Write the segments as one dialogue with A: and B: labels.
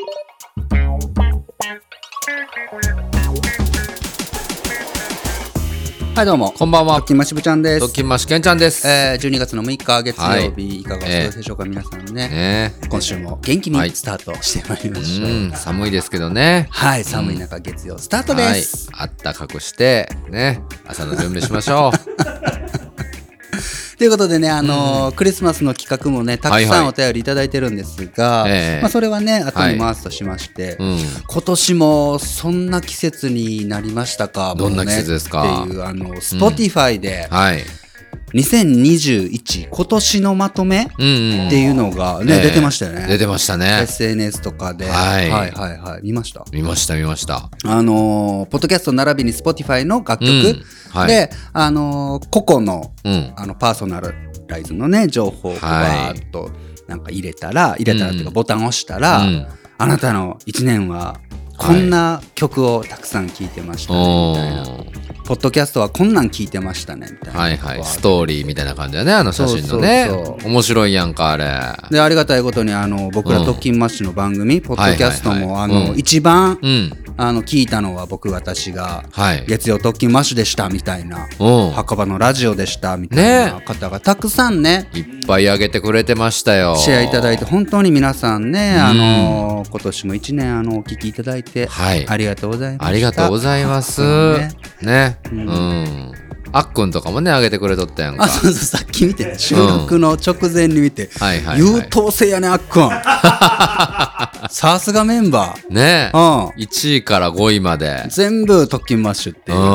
A: はいどうも
B: こんばんは。
A: ときましぶちゃんです。
B: ときましけんちゃんです。
A: 12月の6日月曜日、
B: はい
A: いかがお過ごしでしょうか、皆さんね。
B: ね
A: 今週も元気にスタートしてまいりましょう。
B: 寒いですけどね。
A: はい、寒い中月曜スタートです。
B: はい、あったかくしてね、朝の準備しましょう。
A: ということでね、クリスマスの企画もねたくさんお便りいただいてるんですが、それはね後に回すとしまして、今年もそんな季節になりましたか。
B: どんな季節ですか
A: っていうSpotify で、2021今年のまとめっていうのがね、出てましたよね。
B: 出てましたね。
A: SNS とかで、
B: はい
A: 見ました。
B: 見ました。
A: ポッドキャスト並びに Spotify の楽曲、で個々の、パーソナライズのね情報をバーッとなんか入れたらっていうかボタンを押したら、あなたの1年はこんな曲をたくさん聴いてましたねみたいな、ポッドキャストはこんなん聴いてましたねみたいな、
B: ストーリーみたいな感じだね、写真のね。面白いやんかあれ
A: で。ありがたいことに僕ら特勤マッシュの番組、ポッドキャストも一番聞いたのは私が月曜特勤マッシュでしたみたいな、墓場のラジオでしたみたいな方がたくさんね
B: いっぱいあげてくれてましたよ。
A: シェアいただいて本当に皆さんね、今年も1年お聞きいただいて、ありがとうございました。
B: ありがとうございますね。あっくんとかもねあげてくれとったやんか。
A: そうさっき見て、収録の直前に見て、優等生やねあっくん。さすがメンバー
B: ね。1位から5位まで
A: 全部特勤マッシュっていう、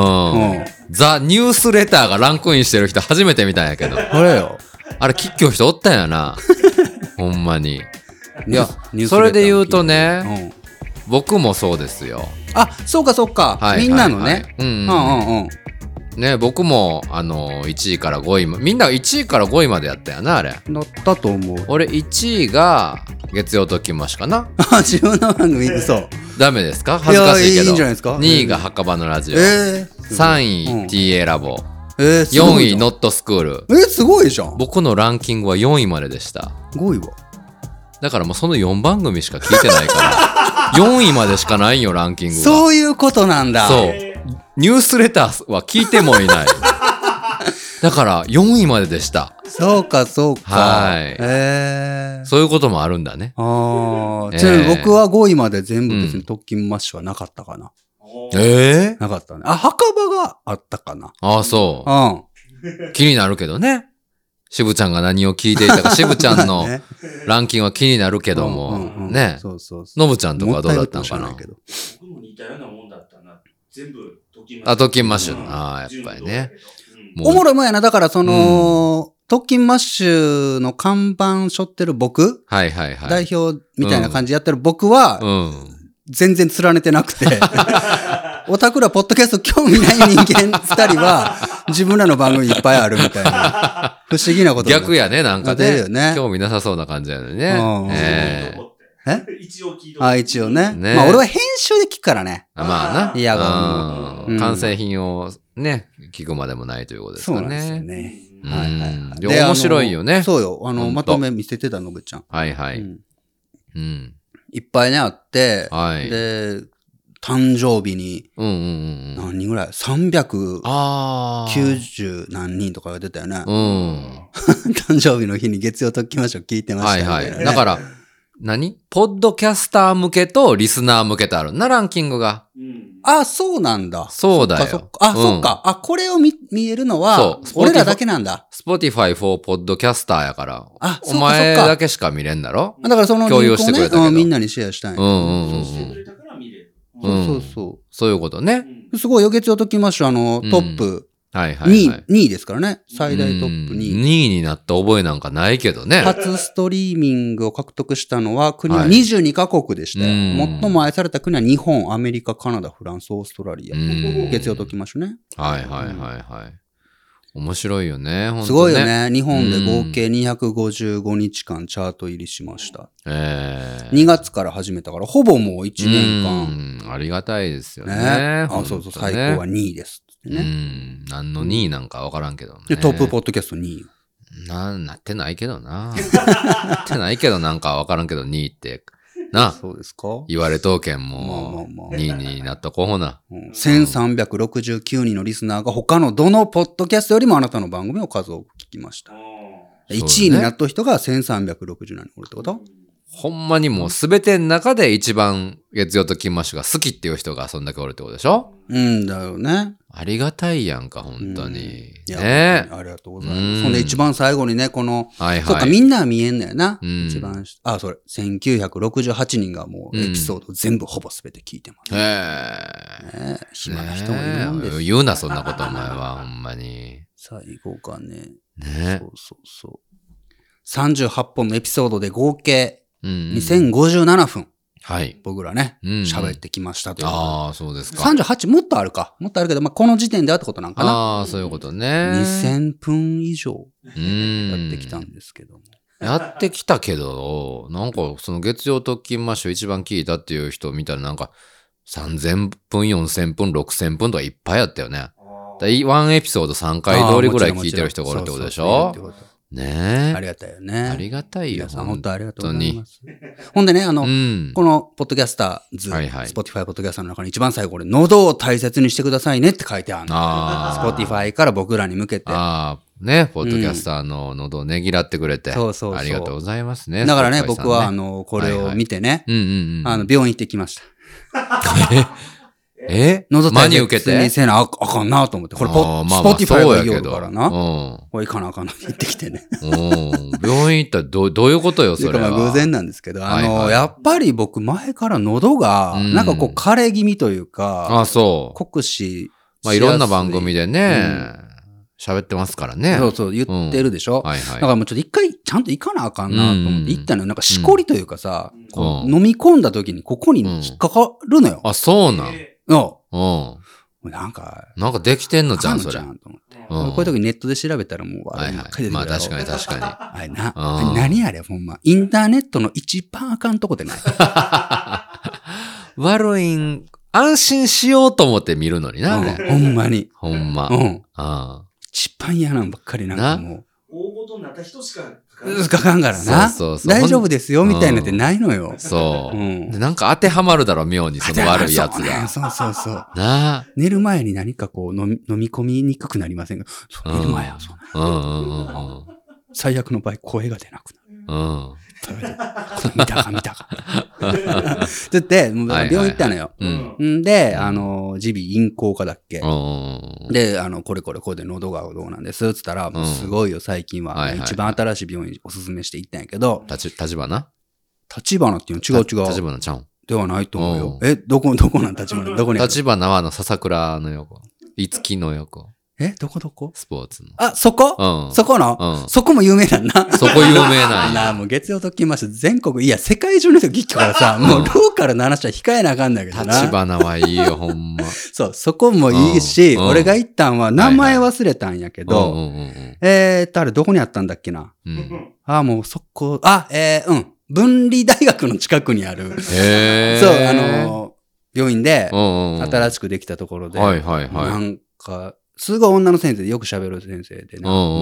B: ザ・ニュースレターがランクインしてる人初めて見たんやけど、
A: あれよ、
B: あれ吉祥人おったんやな。ほんまに。いやそれで言うとね、僕もそうですよ。
A: そうか、みんなのね。
B: ね、僕も1位から5位みんな1位から5位までやったよなあれ。
A: なったと思う。
B: 俺1位が月曜ときましかな。
A: 自分の番組そう
B: ダメですか？恥ずかしいけど。
A: いいんじゃないですか。
B: 2位が墓場のラジオ、3位 TA ラボ、4位ノットスクール。
A: すごいじゃん。
B: 僕のランキングは4位まででした。
A: 5位は
B: だからもうその4番組しか聞いてないから4位までしかないよランキングが。
A: そういうことなんだ。
B: そう、ニュースレターは聞いてもいない。だから4位まででした。
A: そうか。
B: そういうこともあるんだね。
A: ちなみに僕は5位まで全部別に特勤マッシュはなかったかな。なかったね。墓場があったかな。
B: そう。気になるけどね。渋ちゃんが何を聞いていたか、渋ちゃんのランキングは気になるけども、ね。のぶちゃんとかはどうだったのかな。
C: 僕も似たようなもんだったな。全部特
B: 勤マッシュ。やっぱりね。
A: おもろいもんやな。だから特勤マッシュの看板背負ってる僕、代表みたいな感じやってる僕は、全然連ねてなくて、オタクらポッドキャスト興味ない人間2人は自分らの番組いっぱいあるみたいな不思議なこと
B: 逆やね。なんかね興味なさそうな感じやね。
C: 一応聞いて
A: 一応ね。俺は編集で聞くからね。
B: まあな。
A: いや
B: 完成品をね聞くまでもないということですかね。
A: そうなんですよね。
B: 面白いよね。
A: そうよ。まとめ見せてたのぶちゃん。いっぱいねあって、で誕生日に何人ぐらい ?390 何人とかが出たよね。誕生日の日に月曜ときましょう聞いてましたね。
B: だからポッドキャスター向けとリスナー向けとあるなランキングが。
A: そうなんだ。
B: そうだよ。
A: そっか。これを見えるのは俺らだけなんだ。
B: Spotify for Podcaster やから。お前だけしか見れんだろ。
A: だからその
B: 共有してくれたけど
A: みんなにシェアしたい。
B: そういうことね。
A: すごいよ。月曜ときましょうトップ。2位ですからね。最大トップ2位。
B: 2位になった覚えなんかないけどね。
A: 初ストリーミングを獲得したのは国は22カ国でして、最も愛された国は日本、アメリカ、カナダ、フランス、オーストラリア。月曜ときましょうね。
B: 面白いよね。
A: すごいよね。日本で合計255日間チャート入りしました。2月から始めたからほぼもう1年間。
B: ありがたいですよね。
A: そう最高は2位です。
B: 何の2位なんか分からんけどね。
A: で、トップポッドキャスト2位。
B: なってないけどな。なってないけどなんか分からんけど2位ってな。
A: そうですか？
B: 言われとうけんも、2位になった候補な。
A: 1369人のリスナーが他のどのポッドキャストよりもあなたの番組を数多く聞きました。1位になった人が1360人おるってこと？
B: ほんまにもうすべての中で一番月曜と金マッシュが好きっていう人がそんだけおるってことでしょ？
A: だよね。
B: ありがたいやんか、本当に。
A: ね、ありがとうございます。そんで一番最後にね、この、
B: はいはい、
A: そっか、みんなは見えんのやな。一番、それ、1968人がもうエピソード全部ほぼすべて聞いてます。
B: ね、
A: 暇な人もいるんですよ。
B: 言うな、そんなことお前は、ほんまに。
A: 最後がね。
B: ね。
A: そう。38本のエピソードで合計2057分。
B: はい。
A: 僕らね、喋ってきましたという。
B: ああ、そうですか。
A: 38もっとあるか。もっとあるけど、この時点ではってことなんかな。
B: ああ、そういうことね。
A: 2000分以上やってきたんですけども。
B: やってきたけど、なんかその月曜特勤マッシュ一番聞いたっていう人を見たらなんか3000分、4000分、6000分とかいっぱいあったよね。ワンエピソード3回通りぐらい聞いてる人がおるってことでしょ？ねえ。
A: ありがたいよね。
B: ありがたいよ。
A: 本当ありがとうございます。ほんでね、このポッドキャスターズ、Spotify ポッドキャスターの中に一番最後、喉を大切にしてくださいねって書いてあるの。Spotify から僕らに向けて。
B: ね、ポッドキャスターの喉をねぎらってくれて。そう。ありがとうございますね。
A: だからね、僕は、これを見てね、病院行ってきました。喉大切にせなあかんなと思って。これ、Spotify が言うからな。これ行かなあかんなって言ってきてね。
B: 病院行ったらどういうことよ、それは。
A: 偶然なんですけど、やっぱり僕前から喉が、なんかこう枯れ気味というか、酷使。
B: いろんな番組でね、喋ってますからね。
A: そう、言ってるでしょ。だからもうちょっと一回ちゃんと行かなあかんなと思って行ったのよ。なんかしこりというかさ、飲み込んだ時にここに引っかかるのよ。
B: あ、そうなん。
A: なんか
B: できてんのじゃん、それ。
A: こういう時ネットで調べたらもう、
B: まあ確かに。
A: 何あれ、ほんま。インターネットの一番あかんとこでない。
B: 悪いん、安心しようと思って見るのにな、
A: ほんまに。
B: ほんま。
A: 一番嫌なんばっかりなんかもう。
C: 大事になった人しか
A: かかんからな。大丈夫ですよ、みたいなってないのよ。
B: そう。なんか当てはまるだろ、妙に、その悪いやつが。
A: そう。
B: なあ。
A: 寝る前に何かこう飲み込みにくくなりませんか？寝る前はそうな。最悪の場合、声が出なくなる。見たか。つって、病院行ったのよ。で、耳鼻咽喉科だっけ。で、これで喉がどうなんですつったら、すごいよ、最近は。一番新しい病院おすすめして行ったんやけど。
B: 立花
A: っていうの違う。
B: 立花ちゃん。
A: ではないと思うよ。どこなん立花？どこに？
B: 立花は笹倉の横。五木の横。
A: どこ？
B: スポーツの。
A: あ、そこ？そこの？そこも有名なんな。
B: そこ有名なん
A: や。もう月曜特勤マッシュ全国、いや、世界中の人聞くからさ、もうローカルの話は控えなあかんだけどな。
B: 立花はいいよ、ほんま。
A: そう、そこもいいし、俺が行ったんは名前忘れたんやけど、あれどこにあったんだっけな。もうそこ、分離大学の近くにある。そう、病院で、新しくできたところで、なんか、すごい女の先生でよく喋る先生で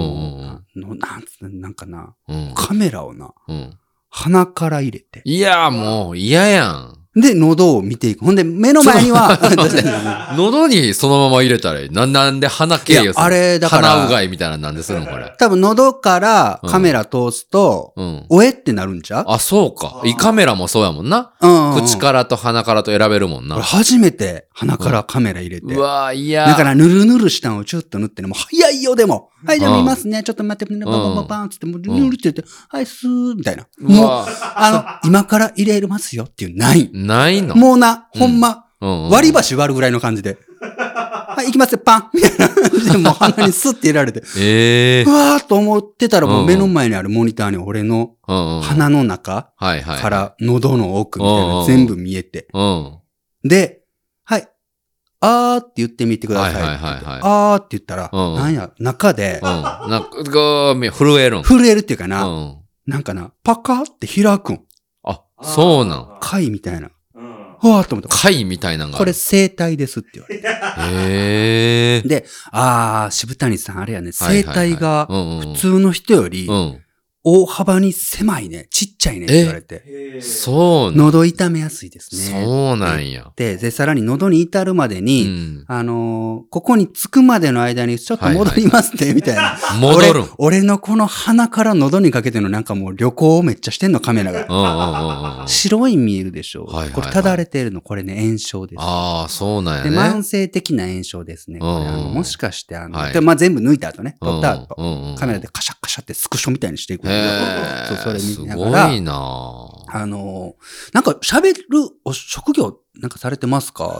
A: なんかな、カメラをな、鼻から入れて。
B: いや、もう嫌やん。
A: で、喉を見ていく。ほんで、目の前には、
B: 喉にそのまま入れたらなんで鼻経由する？
A: あれ、だから。
B: 鼻うがいみたいななんでするのこれ。
A: 多分喉からカメラ通すと、おえってなるんちゃう？
B: あ、そうか。胃カメラもそうやもんな。口からと鼻からと選べるもんな。
A: 初めて鼻からカメラ入れて。
B: うわいや。
A: だから、ぬるぬるしたのをちょっと塗ってね、もう早いよ、でも。はい、じゃあ見ますね。ちょっと待って、バンバンつって、もうぬるって言って、はい、スー、みたいな。もう、今から入れますよっていう、ない。
B: ないの？
A: もうな、ほんま、割り箸割るぐらいの感じで。はい、行きますよ、パンみたいな感じで、もう鼻にスッて入れられて。うわーと思ってたら、もう目の前にあるモニターに俺の鼻の中から喉の奥みたいな全部見えて。で、はい、あーって言ってみてください。あーって言ったら、なんや、中で、
B: 震えるん。
A: 震えるっていうかな、なんかな、パカーって開くん。
B: あ、そうなん。
A: 貝みたいな。ふわーっと思った。
B: 貝みたいなのが。
A: これ生体ですって言われて。で、渋谷さんあれやね、生体が普通の人より大幅に狭いね、ちっちゃいねって言われて。
B: そうなん
A: 喉痛めやすいですね。
B: そうなんや。
A: で、さらに喉に至るまでに、ここに着くまでの間にちょっと戻りますね、みたいな。
B: 戻るん。
A: 俺のこの鼻から喉にかけてのなんかもう旅行をめっちゃしてんの、カメラが。白い見えるでしょ。これ、ただれてるの、これね、炎症です。
B: ああ、そうなんやね。
A: で、慢性的な炎症ですね。もしかして、でまあ、全部抜いた後ね、撮った後、カメラでカシャカシャってスクショみたいにしていくんですよ。それ見ながら。
B: すごいな
A: なんか喋る職業なんかされてますか？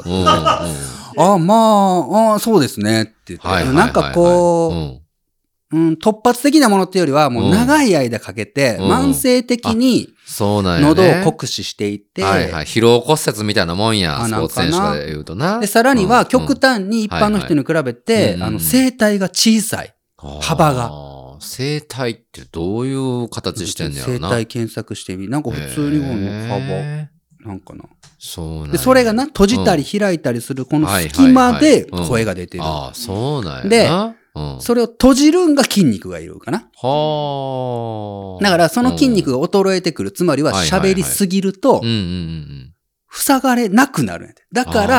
A: まあ、そうですねって言って。なんかこう、突発的なものっていうよりは、もう長い間かけて、慢性的に、喉を酷使していて、
B: 疲労骨折みたいなもんや、スポーツ選手が言うとな。
A: で、さらには極端に一般の人に比べて、声帯が小さい。幅が。
B: 声帯ってどういう形してんのやろな。
A: 声帯検索してみ。なんか普通にこの幅、なんかな。
B: そうなん
A: で、それがな、閉じたり開いたりするこの隙間で声が出てる。
B: ああ、そうなんやな。
A: で、それを閉じるんが筋肉がいるかな。
B: はあ。
A: だからその筋肉が衰えてくる。つまりは喋りすぎると、塞がれなくなるんやで。だから、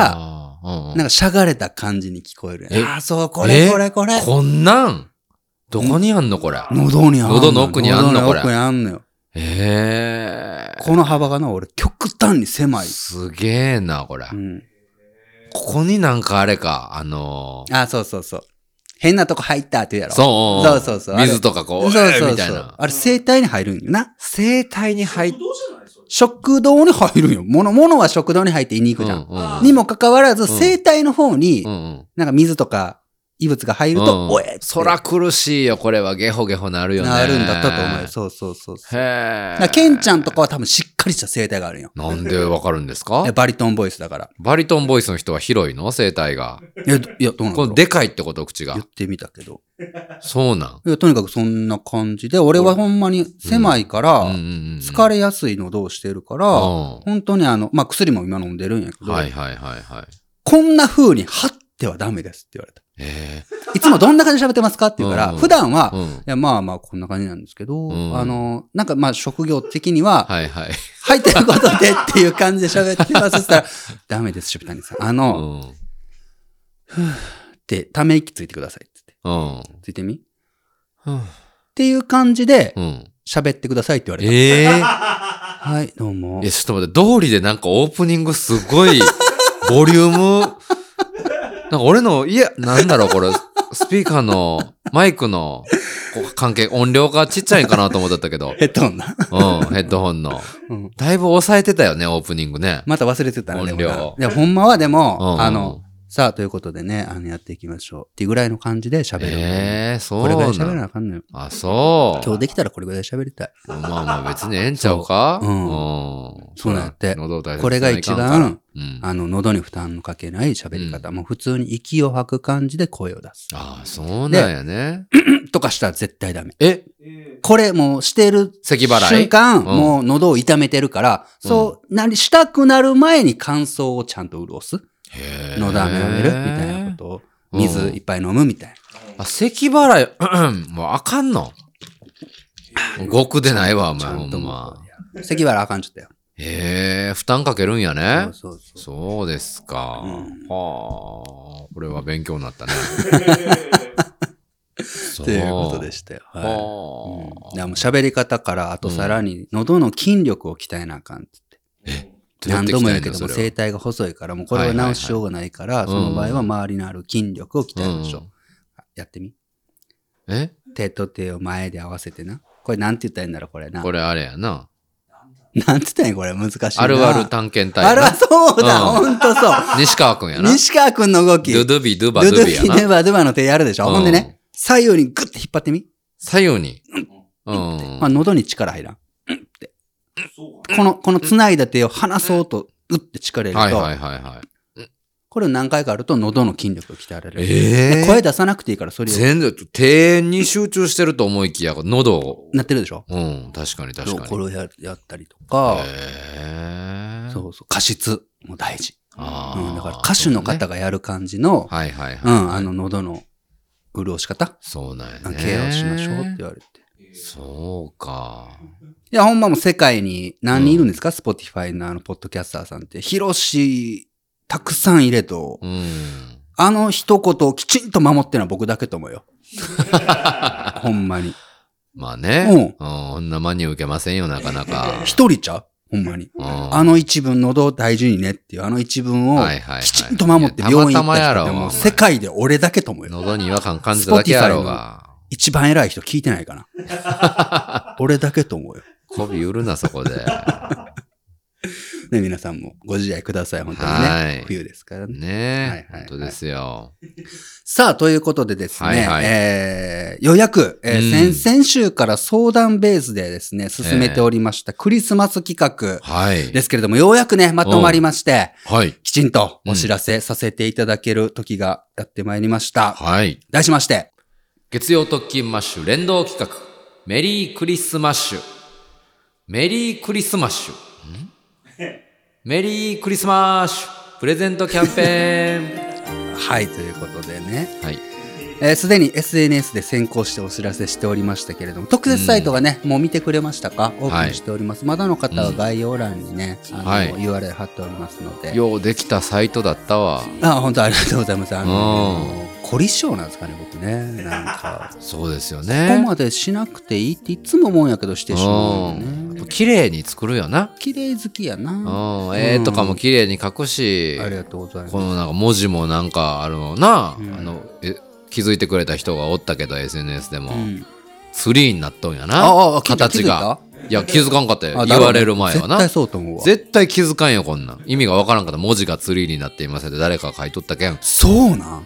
A: なんかしゃがれた感じに聞こえる。ああ、そう、これ。
B: こんなんどこにあんのこれ。
A: 喉にあんの。
B: 喉の奥にあんのこれ。
A: 喉の奥にあんのよ。この幅がな、俺、極端に狭い。
B: すげえな、これ。ここになんかあれか、
A: そうそうそう。変なとこ入ったって言うやろ。
B: そう。水とかこう、みたいな。
A: あれ、声帯に入るんよな。
B: 声帯に入っ
A: 食道に入るんよ。物は食道に入って胃に行くじゃん。にもかかわらず、声帯の方に、なんか水とか、異物が入ると、おえって。
B: そら苦しいよ、これは。ゲホゲホなるよね。
A: なるんだったと思うよ。そう。
B: へ
A: ぇケンちゃんとかは多分しっかりした声帯があるんよ。
B: なんでわかるんですか？
A: バリトンボイスだから。
B: バリトンボイスの人は広いの？声帯が。
A: いや、どうなんだろう。
B: これでかいってこと口が。
A: 言ってみたけど。
B: そうなん。
A: いや、とにかくそんな感じで、俺はほんまに狭いから、疲れやすい喉をしてるから、本当にまあ、薬も今飲んでるんやけど、こんな風に張ってはダメですって言われた。いつもどんな感じで喋ってますかって言うから、普段は、いや、まあまあこんな感じなんですけど、なんかまあ職業的には、入ってることでっていう感じで喋ってますって言ったら、ダメです、渋谷さん。ふーってため息ついてくださいって言って。ついてみっていう感じで、喋ってくださいって言われた。はい、どうも。
B: ちょっと待って、通りでなんかオープニングすごい、ボリューム、なんか俺の、なんだろうこれ、スピーカーの、マイクの関係、音量がちっちゃいんかなと思ったけど。
A: ヘッドホンな。
B: ヘッドホンの。だいぶ抑えてたよね、オープニングね。
A: また忘れてたね、
B: 音量。
A: いや、ほんまはでも、さあ、ということでね、やっていきましょう。っていうぐらいの感じで喋る。
B: そう。
A: これぐらい喋らなあかんのよ。
B: あ、そう。
A: 今日できたらこれぐらい喋りたい。
B: まあまあ別にええんちゃうか？
A: そうなんやって。これが一番、喉に負担のかけない喋り方。もう普通に息を吐く感じで声を出す。
B: ああ、そうなんやね。
A: とかしたら絶対ダメ。これもうしてる瞬間、もう喉を痛めてるから、そうしたくなる前に乾燥をちゃんと潤す。喉飴をめるみたいなことを、水いっぱい飲むみたい
B: な。咳払い、もうあかんの？極でないわ、お前ほんま。
A: 咳払いあかんちゃったよ。
B: 負担かけるんやね。
A: そう
B: ですか。はあ、これは勉強になったね。
A: ということでしたよ。でも喋り方から、あとさらに喉の筋力を鍛えなあかんって。何度も言うけども、声帯が細いから、もうこれは直しようがないから、その場合は周りのある筋力を鍛えましょう。やってみ。手と手を前で合わせてな。これなんて言ったらいいんだろう、これな。
B: これあれやな。
A: なんて言ったらいいんこれ難しいな。
B: あるある探検隊。
A: そうだ、ほんとそう。
B: 西川くんやな。
A: 西川くんの動き。
B: ドゥドゥビドゥバドゥビやな。
A: ドゥドゥビドゥバドゥバの手やるでしょ。ほんでね、左右にグッて引っ張ってみ。
B: 左右に。
A: まあ喉に力入らん。この繋いだ手を離そうと、うって力入れると、これを何回かあると喉の筋力が鍛えられる。声出さなくていいから、それを。
B: 全然、手に集中してると思いきや、喉を。
A: なってるでしょ？
B: 確かに。
A: これをやったりとか、そう、過失も大事。だから歌手の方がやる感じの、喉の潤し方。
B: そうなんやね。
A: ケアをしましょうって言われて。
B: そうか。
A: いや、ほんまもう世界に何人いるんですか、Spotify のポッドキャスターさんって。広したくさんいれと、一言をきちんと守ってるのは僕だけと思うよ。ほんまに。
B: まあね。こんな真に受けませんよ、なかなか。
A: 一人ちゃうほんまに。あの一文、喉を大事にねっていう、あの一文をきちんと守って病院行った人ってもう世界で俺だけと思うよ。
B: 喉に違和感感じただけやろうが。
A: 一番偉い人聞いてないかな。俺だけと思うよ。
B: 媚び売るな、そこで。
A: ね、皆さんもご自愛ください、本当にね。冬ですからね。
B: ねえ、本当ですよ。
A: さあ、ということでですね、ようやく、先々週から相談ベースでですね、進めておりましたクリスマス企画ですけれども、ようやくね、まとまりまして、きちんとお知らせさせていただける時がやってまいりました。題しまして、
B: 月曜特勤マッシュ連動企画、メリークリスマッシュ。メリークリスマッシュ。メリークリスマッシュプレゼントキャンペーン。
A: はい、ということでね。すでに SNS で先行してお知らせしておりましたけれども、特設サイトがね、もう見てくれましたか？オープンしております。まだの方は概要欄にね、URL 貼っておりますので。
B: ようできたサイトだったわ。
A: 本当ありがとうございます。凝り性なんですかね、僕ね。なんか。
B: そうですよね。
A: ここまでしなくていいっていつも思うんやけどしてしまうよね。
B: 綺麗に作るよな。
A: 綺麗好きやな。
B: とかも綺麗に書くし。
A: ありがとうございます。
B: このなんか文字もなんかあるのな。気づいてくれた人がおったけど SNS でも。ツリーになっとんやな。形が。いや、気づかんかったよ。言われる前はな。
A: 絶対そうと思うわ。
B: 絶対気づかんよ、こんなん。意味がわからんかった文字がツリーになっていますって誰かが書いとったけん。
A: そうなん。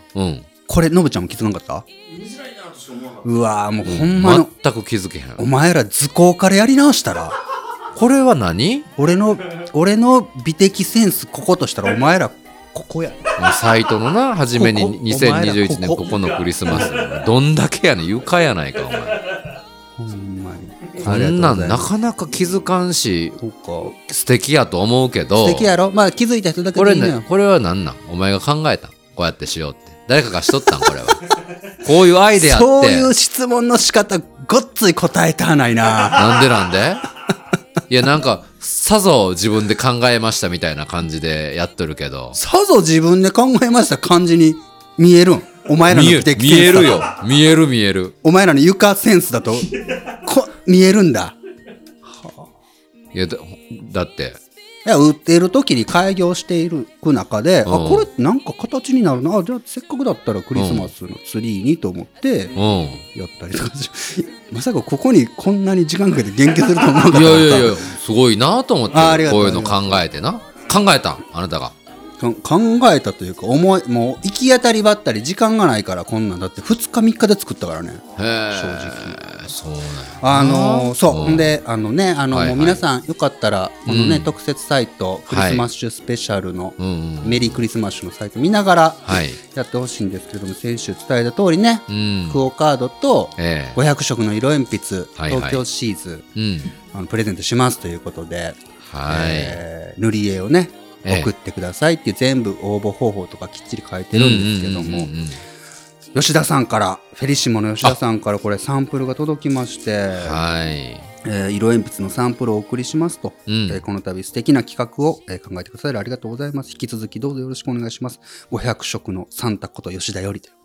A: これ、のぶちゃんも気づかんかった？うわぁ、もうほんまの。
B: 全く気づけへん。
A: お前ら図工からやり直したら。
B: これは何？
A: 俺の美的センスこことしたらお前らここや。
B: サイトのな、初めに2021年ここのクリスマス。どんだけやねん、床やないか、お前。
A: ほんまに。
B: こんなんなかなか気づかんし、素敵やと思うけど。
A: 素敵やろ？まあ気づいた人だけでいいのよ。
B: これは何なん？お前が考えたん？こうやってしようって。誰かがしとったん？これは。こういうアイデアって。
A: そういう質問の仕方、ごっつい答えたないな。
B: なんでいや、なんか、さぞ自分で考えましたみたいな感じでやっとるけど。
A: さぞ自分で考えました感じに見えるん？お前らの美的センス。
B: 見えるよ。見える。
A: お前らの床センスだと、見えるんだ。
B: いや、だって。
A: いや、売っている時に開業している中で、これってなんか形になるな。じゃあせっかくだったらクリスマスのツリーにと思って、やったりとか。まさかここにこんなに時間かけて言及すると思うかった。
B: いや、すごいなと思って、こういうの考えてな。考えたん？あなたが。
A: 考えたというかもう行き当たりばったり時間がないからこんなんだって2日3日で作ったからね。正直
B: そうなんや。
A: そうでもう皆さんよかったらこのね、特設サイトクリスマッシュスペシャルのメリークリスマッシュのサイト見ながらやってほしいんですけれども、先週伝えた通りね、クオカードと500色の色鉛筆東京シーズプレゼントしますということで、塗り絵をね送ってくださいっていう全部応募方法とかきっちり書いてるんですけども、吉田さんからフェリシモの吉田さんからこれサンプルが届きまして、色鉛筆のサンプルをお送りしますと、この度素敵な企画を考えてくださりありがとうございます。引き続きどうぞよろしくお願いします。500色のサンタこと吉田よりと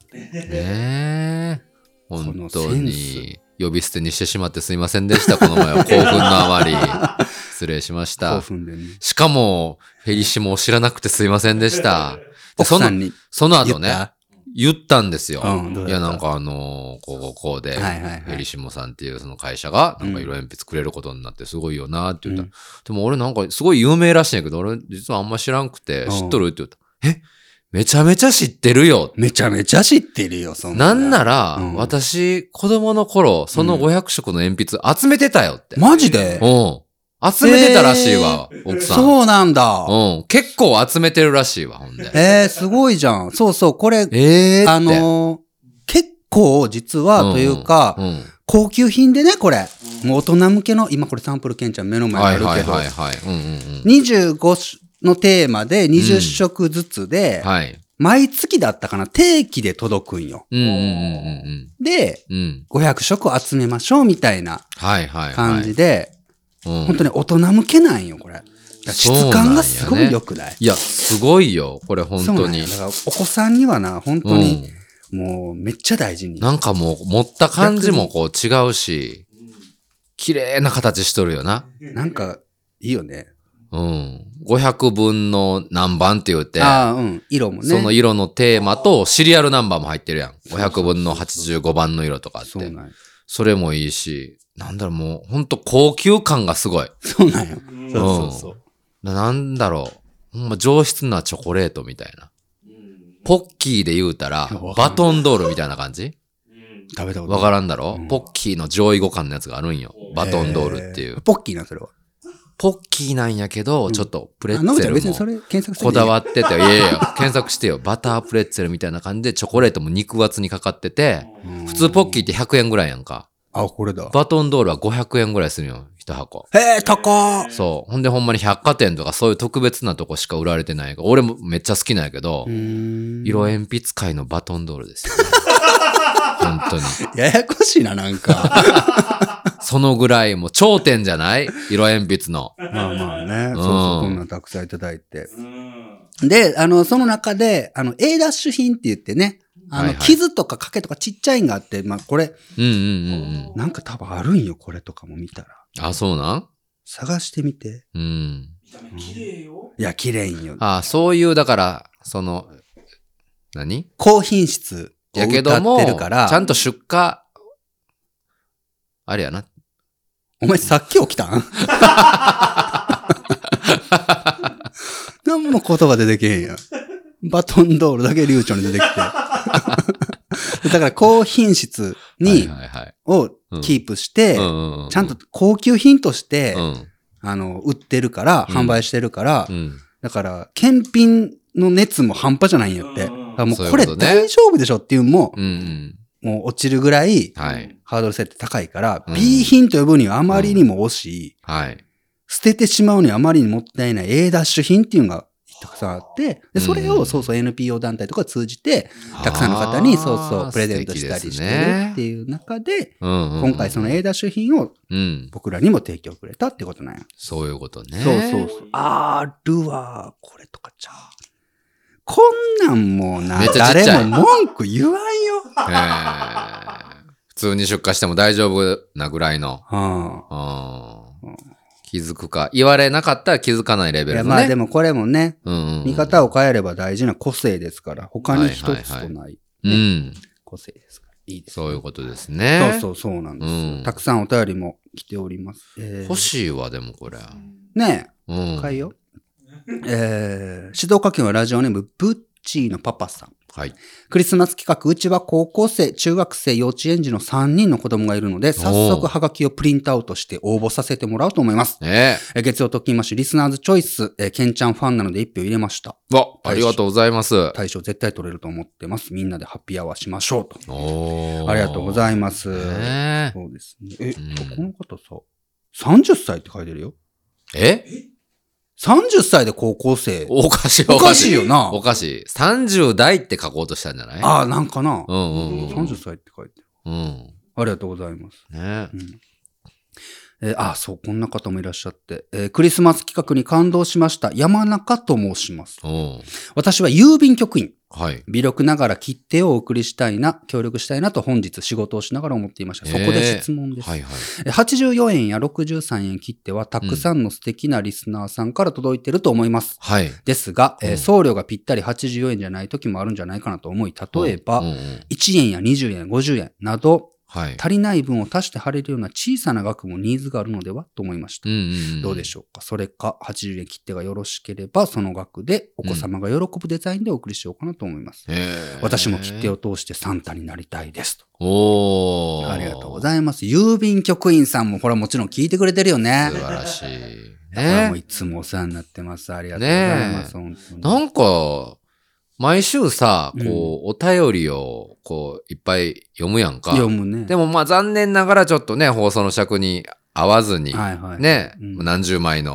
B: 本当に呼び捨てにしてしまってすいませんでした。この前は興奮のあまり失礼しました。しかもフェリシモを知らなくてすいませんでした。その後ね言ったんですよ。いやなんかこうでフェリシモさんっていうその会社がなんか色鉛筆くれることになってすごいよなって言った。でも俺なんかすごい有名らしいんやけど俺実はあんま知らんくて知っとるって言った。めちゃめちゃ知ってるよ。
A: めちゃめちゃ知ってるよ、そんな。
B: なんなら、私、子供の頃、その500色の鉛筆集めてたよって。
A: マジで？
B: 集めてたらしいわ、奥さん。
A: そうなんだ。
B: 結構集めてるらしいわ、ほんで。
A: すごいじゃん。そうそう、これ、結構実は、というか、高級品でね、これ。もう大人向けの、今これサンプルケンちゃん目の前にあるけど、25のテーマで20色ずつで、 毎月だったかな、定期で届くんよ。
B: うんうんうん
A: で、
B: うん。うん。
A: 500色集めましょうみたいな
B: はいはいはい。
A: 感じで、
B: うん、
A: 本当に大人向けなんよ、これ。質感がすごい良くない？
B: いや、すごいよ、これ本当に。
A: だからお子さんにはな、本当に、もうめっちゃ大事に。
B: なんかもう持った感じもこう違うし、綺麗な形しとるよな。
A: なんか、いいよね。
B: うん。500分の何番って言って、
A: ああ、うん。色もね。
B: その色のテーマとシリアルナンバーも入ってるやん。500分の85番の色とかって。
A: そうなんよ。
B: それもいいし、なんだろう、もうほんと高級感がすごい。
A: そうなんよ。
C: うん
A: そうそうそう。
B: なんだろう。ほんま上質なチョコレートみたいな。ポッキーで言うたら、バトンドールみたいな感じ？
A: 食べたこと
B: わからんだろ、
A: うん、
B: ポッキーの上位互換のやつがあるんよ。バトンドールっていう。
A: ポッキーな、それは。
B: ポッキーなんやけど、ちょっとプレッ
A: のび
B: ツェルも
A: ちゃん別にそれ検索して
B: こだわってて、いやいや、検索してよ。バタープレッツェルみたいな感じで、チョコレートも肉厚にかかってて、普通ポッキーって100円ぐらいやんか。
A: あ、これだ。
B: バトンドールは500円ぐらいするよ。一箱。
A: へえ、高っ。
B: そう。ほんでほんまに百貨店とかそういう特別なとこしか売られてないから、俺もめっちゃ好きなんやけど、色鉛筆界のバトンドールですよ、ね。本当に。
A: ややこしいな、なんか。
B: そのぐらいもう頂点じゃない色鉛筆の。
A: まあまあね。
B: ん
A: そうそう、こんなんたくさんいただいて。で、その中で、A ダッシュ品って言ってね、
B: はいはい
A: 傷とか賭けとかちっちゃいんがあって、まあこれ、
B: うんうんうん
A: なんか多分あるんよ、これとかも見たら。
B: うん。あ、そうなん？
A: 探してみて。
B: うん。
C: 見た目綺麗よ。
A: いや、綺麗んよ。
B: あ、そういう、だから、何？
A: 高品質を
B: やけど
A: 歌っ
B: も、
A: てるから。
B: ちゃんと出荷、あれやな。
A: お前さっき起きたん何も言葉出てけへんやん。バトンドールだけ流暢に出てきて。だから高品質に、
B: はいはいはい。
A: をキープして、
B: うんうんうん、
A: ちゃんと高級品として、
B: うん
A: 売ってるから、
B: うん
A: 販売してるから、
B: うん、
A: だから、検品の熱も半端じゃないんやって。だからもうこれ
B: そういうことね
A: 大丈夫でしょっていうのも、
B: うんうん。
A: もう落ちるぐらい、
B: はい。
A: ハードル設定高いから、
B: うん
A: B 品と呼ぶにはあまりにも惜しい、
B: はい。
A: 捨ててしまうにはあまりにもったいない A ダッシュ品っていうのがたくさんあって、でそれ
B: うん
A: をそうそう NPO 団体とか通じて、たくさんの方にそうそうプレゼントしたりしてるっていう中で、
B: 今
A: 今回その A ダッシュ品を
B: うん。
A: 僕らにも提供くれたってことなんや。
B: そういうことね。
A: そうそうそう。あるわ。これとかちゃう。こんなんもうな
B: めっ、ちゃちっちゃい
A: 誰も文句言わんよ。
B: へー普通に出荷しても大丈夫なぐらいの。
A: うん
B: 気づくか。言われなかったら気づかないレベ
A: いや、
B: ルのね。
A: まあでもこれもね、
B: うんうんうん、
A: 見方を変えれば大事な個性ですから、他に一つとない
B: うん。
A: 個性ですから。いいです、
B: そういうことですね。
A: そうなんですよ、
B: うん
A: たくさんお便りも来ております。
B: 欲しいわ、でもこれ。
A: ね
B: うん。
A: え、買いよ。静岡県はラジオネーム、ブッチーのパパさん。
B: はい。
A: クリスマス企画、うちは高校生、中学生、幼稚園児の3人の子供がいるので、早速ハガキをプリントアウトして応募させてもらおうと思います。月曜ときましリスナーズチョイス、ケンちゃんファンなので1票入れました。
B: ありがとうございます。
A: 大賞絶対取れると思ってます。みんなでハッピーアワーしましょうと。
B: お
A: ありがとうございます。そう
B: ね
A: ですね。この方さ、30歳って書いてるよ。30歳で高校生。
B: おかしい
A: おかしいよな。
B: おかしい。30代って書こうとしたんじゃない？
A: ああ、なんかな。
B: うんうんうん。
A: 30歳って書いてる。
B: うん。
A: ありがとうございます。
B: ね
A: そう、こんな方もいらっしゃって、クリスマス企画に感動しました。山中と申します。私は郵便局員。
B: はい。
A: 微力ながら切手をお送りしたいな、協力したいなと本日仕事をしながら思っていました。そこで質問です。
B: はいはい。
A: 84円や63円切手はたくさんの素敵なリスナーさんから届いていると思います。
B: はい。
A: ですが、送料がぴったり84円じゃない時もあるんじゃないかなと思い、例えば、1円や20円、50円など、足りない分を足して貼れるような小さな額もニーズがあるのではと思いました。どうでしょうか。それか、80円切手がよろしければ、その額でお子様が喜ぶデザインでお送りしようかなと思います。私も切手を通してサンタになりたいですと。ありがとうございます。郵便局員さんも、ほらもちろん聞いてくれてるよね。
B: 素晴らしい。
A: もういつもお世話になってます。ありがとうございます。本当に
B: なんか、毎週さ、お便りを、いっぱい読むやんか。
A: 読むね。
B: でもまあ残念ながらちょっとね、放送の尺に合わずに、ね、何十枚の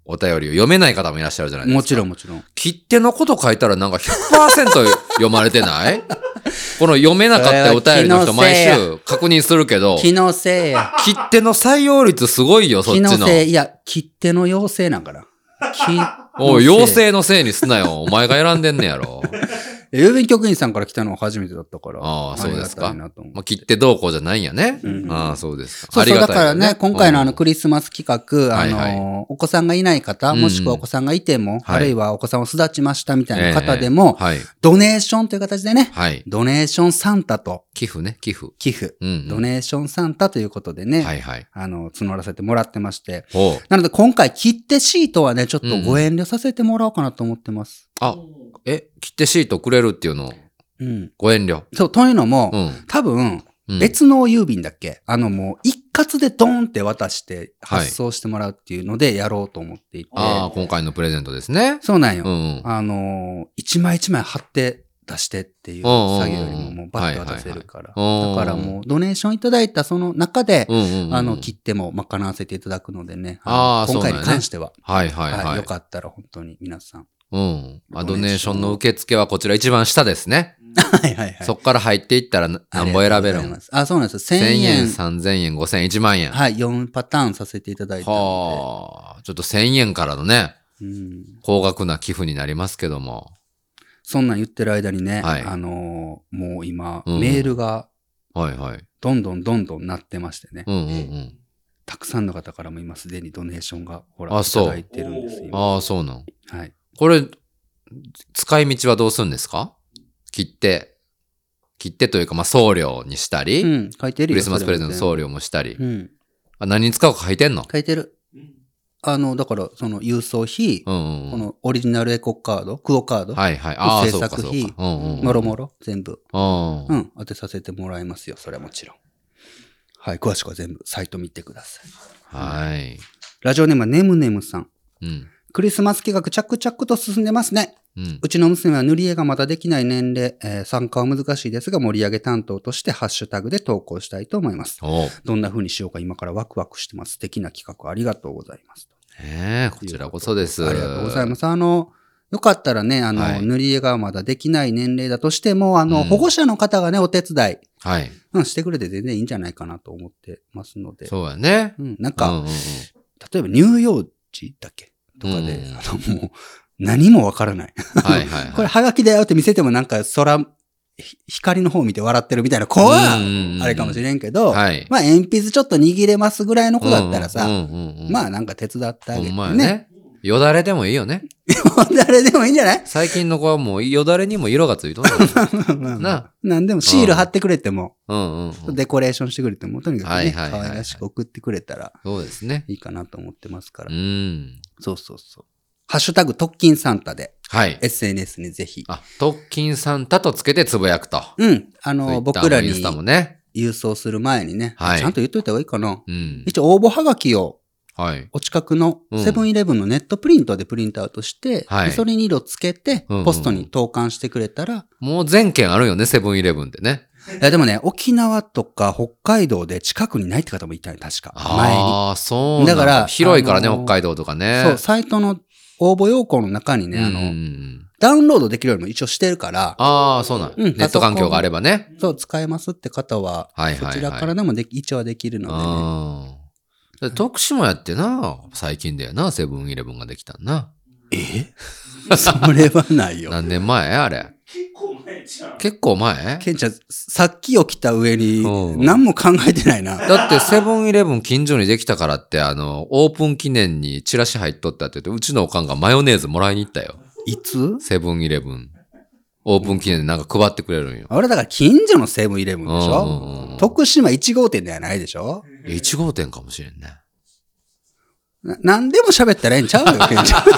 B: お便りを読めない方もいらっしゃるじゃないですか。
A: もちろんもちろん。
B: 切手のこと書いたらなんか 100% 読まれてないこの読めなかったお便りの人毎週確認するけど、
A: 気のせいや。
B: 切手の採用率すごいよ、そっちの。
A: 気のせい。いや、切手の妖精なんかな。
B: おい、妖精のせいにすなよ。お前が選んでんねやろ。
A: 郵便局員さんから来たのは初めてだったから。
B: ああ、そうですか。ま
A: あ、
B: 切手どうこうじゃないんやね。
A: うん
B: ああ、そうですか。
A: そうそう、だからね、今回の
B: うん
A: クリスマス企画、
B: はいはい
A: お子さんがいない方、もしくはお子さんがいても、あるいはお子さんを育ちましたみたいな方でも、
B: はい。
A: ドネーションという形でね、
B: はい。
A: ドネーションサンタと、
B: 寄付ね、寄付。
A: 寄付、
B: うん。
A: ドネーションサンタということでね、
B: はいはい。
A: 募らせてもらってまして。
B: おう。
A: なので今回切手シートはね、ちょっとご遠慮させてもらおうかなと思ってます。
B: あ、切手シートくれるっていうの
A: うん。
B: ご遠慮。
A: そう、というのも、
B: うん。
A: 多分、
B: うん
A: 別の郵便だっけ、もう一括でドーンって渡して発送してもらうっていうのでやろうと思っていて。
B: ああ、今回のプレゼントですね。
A: そうなんよ。
B: うんうん。
A: 一枚一枚貼って出してっていう作業よりももうバッと渡せるから。だからもうドネーションいただいたその中で、切手も賄わせていただくのでね。今回に関しては。
B: はいはいはい。
A: よかったら本当に皆さん。
B: うん。ドネーションの受付はこちら一番下ですね。
A: はいはいはい。
B: そっから入っていったら何ぼ選べるの？
A: あ、そうなんですよ。1000
B: 1000円、
A: 円。
B: 3000円、5000円、1万円。
A: はい、4パターンさせていただいたの
B: はあ。ちょっと1000円からのね、
A: で。
B: 高額な寄付になりますけども。
A: そんなん言ってる間にね、
B: はい
A: もう今、
B: うん
A: メールが
B: はいはい。
A: どんどんなってましてね。
B: うんうんうん。
A: たくさんの方からも今すでにドネーションがほら、いた
B: あそう
A: だいてるんですよ。
B: ああ、そうなん。
A: はい。
B: これ、使い道はどうするんですか？切手というか、まあ、送料にしたり、
A: うん、書いてるよ。
B: クリスマスプレゼント
A: そ
B: 送料もしたり。
A: れもうん。
B: 何に使うか書いてんの？
A: 書いてる。だから、その郵送費、
B: うんうん。
A: このオリジナルエコカード、クオカード、
B: はいはい。ああ、
A: 制
B: そうか
A: 作費
B: そうか。うんうんうん。
A: もろもろ、全部、
B: うん。
A: 当てさせてもらいますよ。それはもちろん。はい、詳しくは全部サイト見てください。
B: はい。
A: ラジオネームはネムネムさん。
B: うん。
A: クリスマス企画着々と進んでますね。
B: うん。
A: うちの娘は塗り絵がまだできない年齢、参加は難しいですが盛り上げ担当としてハッシュタグで投稿したいと思います。
B: おう。
A: どんな風にしようか今からワクワクしてます。素敵な企画ありがとうございます。
B: こちらこそです。
A: ありがとうございます。よかったらね、
B: はい
A: 塗り絵がまだできない年齢だとしても、
B: ん
A: 保護者の方がね、お手伝い、
B: はい。
A: してくれて全然いいんじゃないかなと思ってますので。
B: そうやね。
A: なんか、
B: うんうんうん。
A: 例えば乳幼児だっけとかで、
B: うん
A: もう、何もわからない。
B: はいはいはい。
A: これ、はがきだよって見せてもなんか光の方を見て笑ってるみたいな子は、あれかもしれんけど、
B: はい。
A: まあ、鉛筆ちょっと握れますぐらいの子だったらさ、ま
B: あ、
A: あ、なんか手伝ってあげて
B: ほんまや
A: ね。
B: ね。よだれでもいいよね。
A: 誰でもいいんじゃない
B: 最近の子はもうよだれにも色がついとんのな。
A: なんでもシール貼ってくれても、
B: うんうん。
A: デコレーションしてくれても、とにかくね、
B: はいはいはいはい
A: 可愛らしく送ってくれたら
B: そうですね。
A: いいかなと思ってますから。
B: うん。
A: そうそうそう。ハッシュタグ特勤サンタで、
B: はい。
A: SNS にぜひ。
B: 特勤サンタとつけてつぶやくと。
A: うん。僕らに
B: インスタもね。
A: 郵送する前にね、
B: はい
A: ちゃんと言っといた方がいいかな。
B: うん。
A: 一応応募はがきを
B: はい。
A: お近くの
B: うん
A: セブンイレブンのネットプリントでプリントアウトして、
B: はい
A: でそれに色つけて、
B: うんうん
A: ポストに投函してくれたら、
B: もう全県あるよね、セブンイレブンってね。
A: いやでもね、沖縄とか北海道で近くにないって方もいたね、確か。前に。
B: ああ、そうなん
A: だから
B: 広いからね、北海道とかね。
A: そう、サイトの応募要項の中にね、
B: うん
A: ダウンロードできるようにも一応してるから、
B: ああ、そうなん。
A: うん
B: ネット環境があればね。
A: そう、使えますって方は、
B: はいはいはい
A: そちらからでも一応はできるのでね。
B: うん。徳島やってな、最近だよな、セブンイレブンができたんな。
A: それはないよ。
B: 何年前あれ。
C: 結構前じゃん。
B: 結構前
A: ケンちゃん、さっき起きた上に
B: うん
A: 何も考えてないな。
B: だってセブンイレブン近所にできたからって、オープン記念にチラシ入っとったって言って、うちのおかんがマヨネーズもらいに行ったよ。
A: いつ
B: セブンイレブン。オープン記念でなんか配ってくれるんよ。
A: 俺だから近所のセブンイレブンでし
B: うんうんうん
A: ょ徳島1号店ではないでしょ
B: 1号店かもしれんね。
A: 何でも喋ったらええんちゃうよ、ケンちゃん。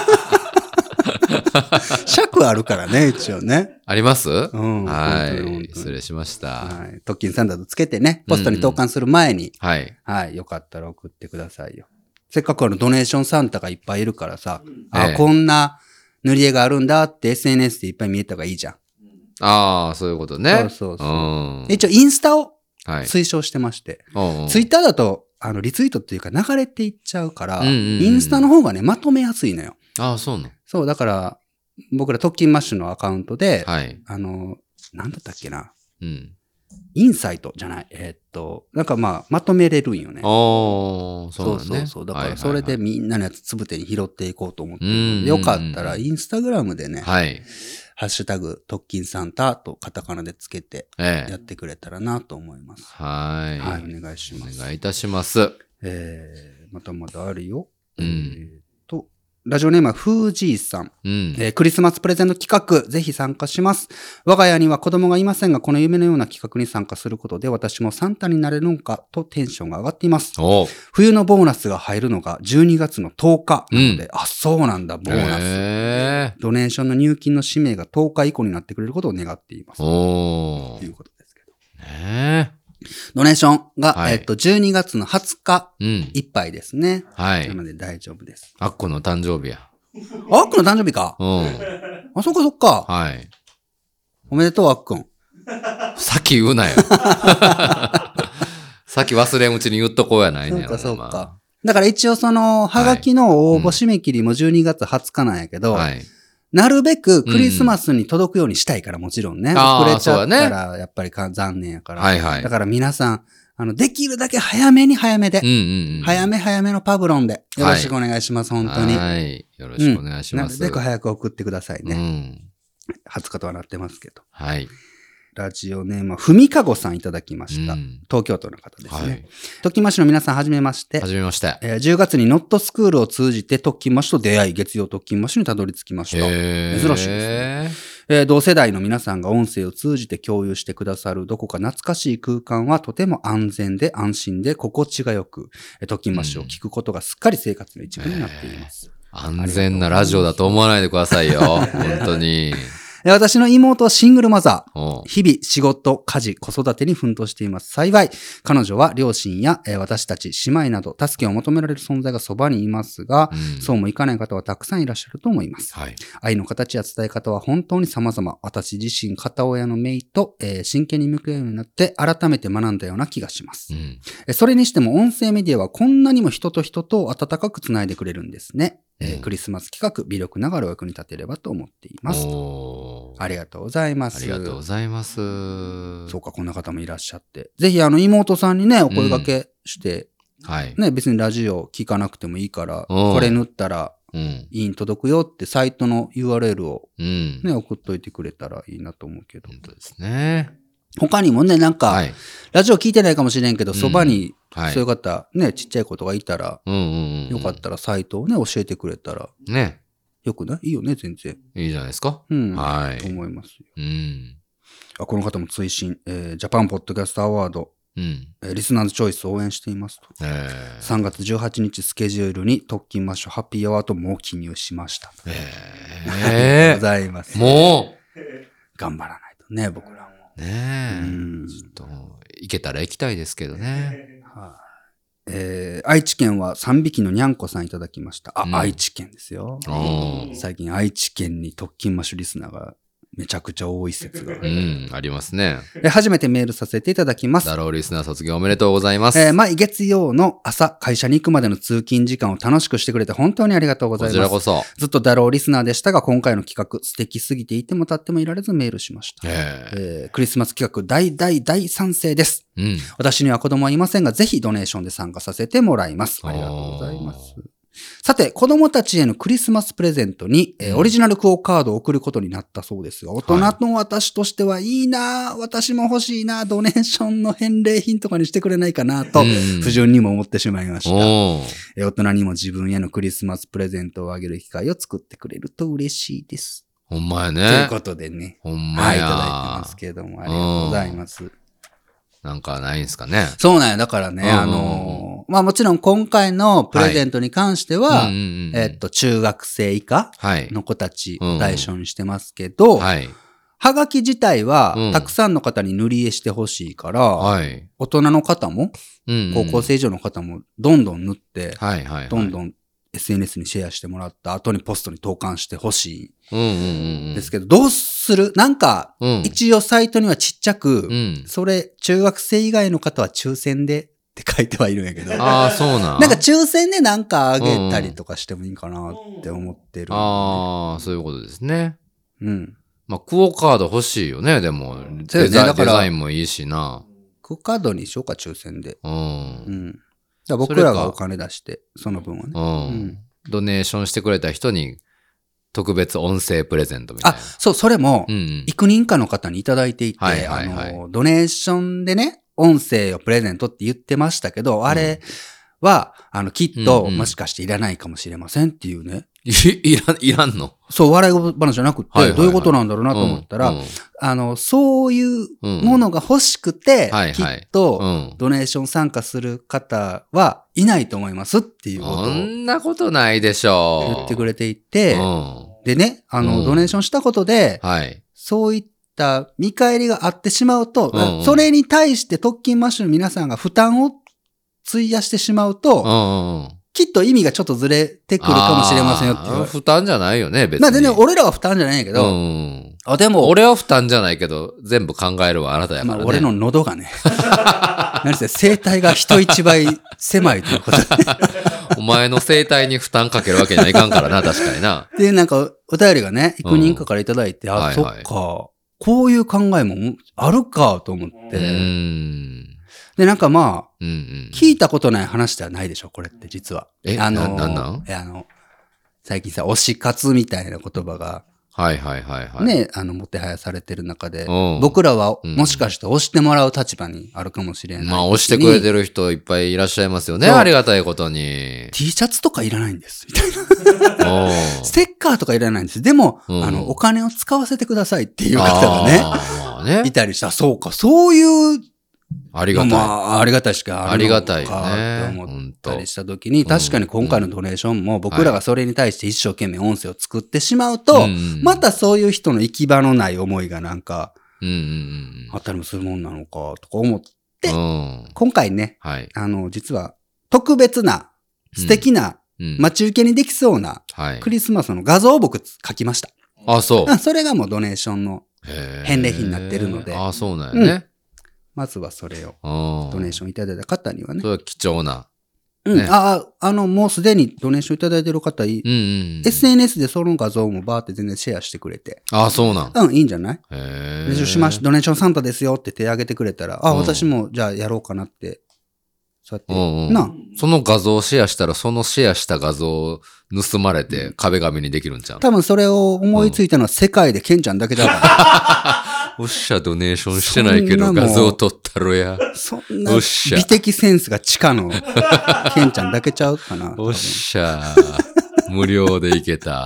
A: 尺あるからね、一応ね。
B: あります
A: ん
B: は
A: 本当に本当
B: い。
A: に
B: 失礼しました。
A: はい。特勤サンダードつけてね、ポストに投函する前に、
B: はい。
A: はい、よかったら送ってくださいよ。せっかくドネーションサンタがいっぱいいるからさ、
B: ええ
A: こんな塗り絵があるんだって SNS でいっぱい見えた方がいいじゃん。
B: ああ、そういうことね。
A: そうそうそう
B: うん。
A: 一応インスタを
B: はい。
A: 推奨してまして、
B: うんうん
A: ツイッターだとリツイートっていうか流れていっちゃうから、
B: うんうんうん、
A: インスタの方がね、まとめやすいのよ。
B: ああ、そうなの。
A: そう、だから、僕ら特勤マッシュのアカウントで、
B: はい。
A: なんだったっけな。
B: うん。
A: インサイトじゃない。なんかまとめれるんよね。
B: そうなんね。
A: そうそう。だからそれでみんなのやつつぶてに拾っていこうと思ってるので、よかったらインスタグラムでね、
B: はい。
A: ハッシュタグ、特勤サンタとカタカナでつけて、やってくれたらなと思います。
B: はい。
A: はい、お願いします。
B: お願いいたします。
A: またまだあるよ。
B: ラ
A: ジオネームはフージーさん、
B: うん
A: クリスマスプレゼント企画、ぜひ参加します。我が家には子供がいませんが、この夢のような企画に参加することで、私もサンタになれるのかとテンションが上がっています。冬のボーナスが入るのが12月の10日なので、あ、そうなんだ、ボーナス。ドネーションの入金の氏名が10日以降になってくれることを願っています。ということですけど。ドネーションが、12月の20日いっぱいですね。
B: はい。
A: なので大丈夫です。
B: アッコの誕生日や。
A: あっくんの誕生日か。あ、そっかそっか。
B: はい。
A: おめでとう、あっくん。
B: さっき言うなよ。さっき忘れんうちに言っとこうやないねん。
A: そうか。だから一応はがきの応募締め切りも12月20日なんやけど、なるべくクリスマスに届くようにしたいから、もちろんね。遅れちゃったら、やっぱり残念やから。だから皆さん、できるだけ早めで、早めのパブロンで、よろしくお願いします、本当に。
B: はい。よろしくお願いします。
A: なるべく早く送ってくださいね。20日とはなってますけど。
B: はい。
A: ラジオネームはふみかごさんいただきました。東京都の方ですね。特勤マッシュの皆さん、はじめまして。
B: はじめまして。
A: 10月にノットスクールを通じて特勤マッシュと出会い、月曜特勤マッシュにたどり着きました。珍しいですね。同世代の皆さんが音声を通じて共有してくださるどこか懐かしい空間はとても安全で安心で心地がよく、特勤マッシュを聞くことがすっかり生活の一部になっています。
B: 安全なラジオだと思わないでくださいよ。本当に。
A: 私の妹はシングルマザー。日々仕事、家事、子育てに奮闘しています。幸い、彼女は両親や私たち姉妹など助けを求められる存在がそばにいますが、そうもいかない方はたくさんいらっしゃると思います。愛の形や伝え方は本当に様々。私自身、片親の姪と、真剣に向き合うようになって改めて学んだような気がします。それにしても音声メディアはこんなにも人と人と温かくつないでくれるんですね。クリスマス企画、微力ながらお役に立てればと思っています。ありがとうございます。
B: ありがとうございます。
A: そうか、こんな方もいらっしゃって。ぜひ、妹さんにね、お声掛けして、ね、別にラジオ聞かなくてもいいから、これ塗ったら、いいに届くよってサイトの URL をね、送っといてくれたらいいなと思うけど。
B: 本当ですね。
A: 他にもね、なんか、ラジオ聞いてないかもしれんけど、そばに、そういう方、ね、ちっちゃい子とかいたら、よかったらサイトをね、教えてくれたら。
B: ね。
A: よくない？いいよね、全然。
B: いいじゃないですか。
A: はい。と思いますよ。この方も追伸、ジャパンポッドキャストアワード、リスナーズチョイスを応援していますと。3月18日スケジュールに特勤マッシュハッピーアワードも記入しました。ありがとうございます。
B: もう
A: 頑張らないとね、僕らも。
B: ねえ。ちょっと、行けたら行きたいですけどね。
A: 愛知県は3匹のにゃんこさんいただきました。愛知県ですよ。最近愛知県に特勤マッシュリスナーがめちゃくちゃ多い説が。
B: ありますね。
A: 初めてメールさせていただきます。
B: ダローリスナー卒業おめでとうございます。
A: 毎月曜の朝、会社に行くまでの通勤時間を楽しくしてくれて本当にありがとうございます。
B: こちらこそ。
A: ずっとダローリスナーでしたが、今回の企画、素敵すぎていても立ってもいられずメールしました。クリスマス企画、大賛成です。私には子供はいませんが、ぜひドネーションで参加させてもらいます。ありがとうございます。さて、子供たちへのクリスマスプレゼントに、オリジナルクオカードを送ることになったそうですが、大人の私としてはいいな、私も欲しいな、ドネーションの返礼品とかにしてくれないかなと、不純にも思ってしまいました。大人にも自分へのクリスマスプレゼントをあげる機会を作ってくれると嬉しいです。
B: ほんまやね。
A: ということでね。
B: ほんまや。
A: いただいてますけども、ありがとうございます。
B: なんかないんすかね。
A: そうなんや。だからね、もちろん今回のプレゼントに関しては、中学生以下の子たちを対象にしてますけど、はがき自体はたくさんの方に塗り絵してほしいから、大人の方も、高校生以上の方もどんどん塗って、どんどんSNS にシェアしてもらった後にポストに投函してほしい。ですけど、どうする？なんか、一応サイトにはちっちゃく、それ、中学生以外の方は抽選でって書いてはいるんやけど。
B: ああ、そうなん。
A: なんか抽選でなんかあげたりとかしてもいいかなって思ってる。
B: ああ、そういうことですね。
A: うん。
B: まあ、クオカード欲しいよね、でも。
A: そうよねだから
B: デザインもいいしな。
A: クオカードにしようか、抽選で。
B: うん。
A: うん。だから僕らがお金出して、その分はね。
B: うん。
A: うん。
B: ドネーションしてくれた人に特別音声プレゼントみたいな。
A: そう、それも、
B: うんうん。
A: 幾人かの方にいただいていて、
B: はいはいはい
A: ドネーションでね、音声をプレゼントって言ってましたけど、あれは、きっと、
B: うんうん
A: もしかしていらないかもしれませんっていうね。
B: いらんの？
A: そう、笑い話じゃなくて、
B: はいはいはい
A: どういうことなんだろうなと思ったら、そういうものが欲しくて、
B: はい
A: き
B: はい
A: っと、
B: うん。
A: ドネーション参加する方はいないと思いますっていうことを
B: そんなことないでしょう。
A: 言ってくれていて、
B: うん。
A: でね、
B: うん
A: ドネーションしたことで、
B: はい。
A: そういった見返りがあってしまうと、
B: うん
A: それに対して特勤マッシュの皆さんが負担を費やしてしまうと、
B: うんうん。
A: きっと意味がちょっとずれてくるかもしれませんよって言われて。
B: 負担じゃないよね、別に。
A: まあ全然俺らは負担じゃないんやけど、
B: うん。
A: でも、
B: 俺は負担じゃないけど、全部考えるはあなたやからね。
A: 俺の喉がね、何せ声帯が人一倍狭いということで。
B: お前の声帯に負担かけるわけにはいかんからな、確かにな。
A: で、なんかお便りがね、幾人かからいただいて、そっ
B: はいはい
A: か、こういう考えもあるかと思って。で、なんかまあ、聞いたことない話ではないでしょ、これって実は。
B: なん
A: 最近さ、推し活みたいな言葉が、
B: はいはいはいはい。
A: ね、もてはやされてる中で、
B: うん
A: 僕らはもしかして推してもらう立場にあるかもしれない。
B: まあ、押してくれてる人いっぱいいらっしゃいますよね。
A: そう
B: ありがたいことに。
A: T シャツとかいらないんです、みたいな。
B: お
A: ステッカーとかいらないんです。でも、お金を使わせてくださいっていう方がね、
B: まあね
A: いたりした。そうか、そういう
B: ありがたい。
A: まあ、ありがたいしかあるのかって
B: ありがたいよね
A: 思ったりしたときに、確かに今回のドネーションも僕らがそれに対して一生懸命音声を作ってしまうと、またそういう人の行き場のない思いがなんか、あったりもするもんなのかとか思って、今回ね、実は特別な素敵な待ち受けにできそうなクリスマスの画像を僕書きました。
B: あ、そう。
A: それがもうドネーションの返礼品になってるので。
B: あ、そうなんやね。
A: まずはそれを、ドネーションいただいた方にはね。
B: それは貴重な。
A: もうすでにドネーションいただいてる方、SNS でその画像もバーって全然シェアしてくれて。
B: あ、そうなん。
A: いいんじゃない？ドネーションサンタですよって手挙げてくれたら、私もじゃあやろうかなって。そうやって。
B: その画像をシェアしたら、そのシェアした画像を盗まれて壁紙にできるんちゃう？
A: 多分それを思いついたのは世界でケンちゃんだけだから。
B: おっしゃ、ドネーションしてないけど画像撮ったろや。
A: そんな美的センスが地下のケンちゃんだけちゃうかな。
B: おっしゃ、無料でいけた。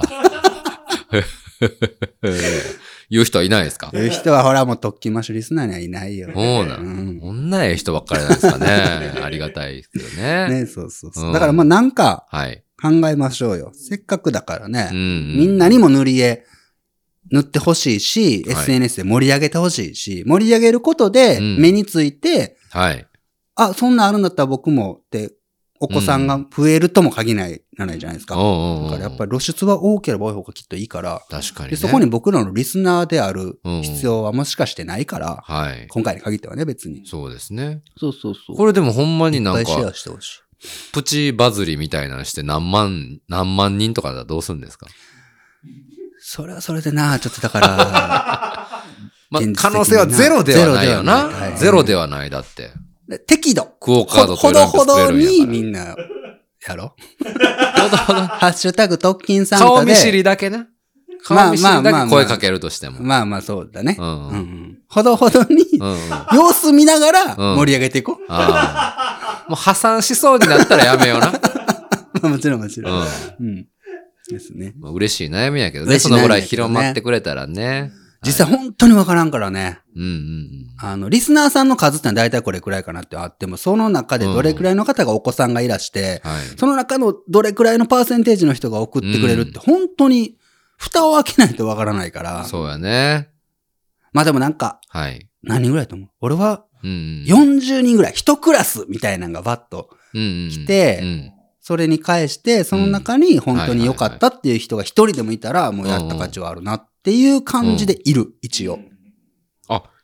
B: 言う人はいないですか？
A: 言う人はほらもう特勤マッシュリスナーにはいないよ。
B: そうなの。こんなええ人ばっかりなんですかね。ありがたいですけどね。
A: ね、そう。だからまあなんか考えましょうよ。せっかくだからね。みんなにも塗り絵塗ってほしいし、SNS で盛り上げてほしいし、盛り上げることで目について、そんなあるんだったら僕もってお子さんが増えるとも限らないじゃないですか。だからやっぱり露出は多ければ多い方がきっといいから、
B: 確かにね。
A: でそこに僕らのリスナーである必要はもしかしてないから、今回に限ってはね、別に。
B: そうですね。
A: そう。
B: これでもほんまになんか、
A: いっぱいシェアしてほしい。
B: プチバズりみたいなのして何万人とかだったらどうするんですか？
A: それはそれでな、ちょっとだから、
B: まあ、可能性はゼロではないよな。ゼロではない、だって。
A: 適度。
B: クオカードと
A: ほどほどにみんな、やろハッシュタグ特勤参加で。
B: 顔見知りだけな。顔見知りだけ声かけるとしても。
A: まあそうだね。ほどほどに、様子見ながら盛り上げていこう。
B: もう破産しそうになったらやめような。
A: もちろん。ですね。
B: 嬉しい悩みやけどね。そのぐらい広まってくれたらね。
A: 実際本当にわからんからね。リスナーさんの数ってのは大体これくらいかなってあっても、その中でどれくらいの方がお子さんがいらして、その中のどれくらいのパーセンテージの人が送ってくれるって本当に蓋を開けないとわからないから。
B: そうやね。
A: まあでもなんか、何人ぐらいと思う？俺は40人ぐらい、1クラスみたいなのがバッと来て、それに返して、その中に本当に良かったっていう人が一人でもいたら、もうやった価値はあるなっていう感じでいる、一応。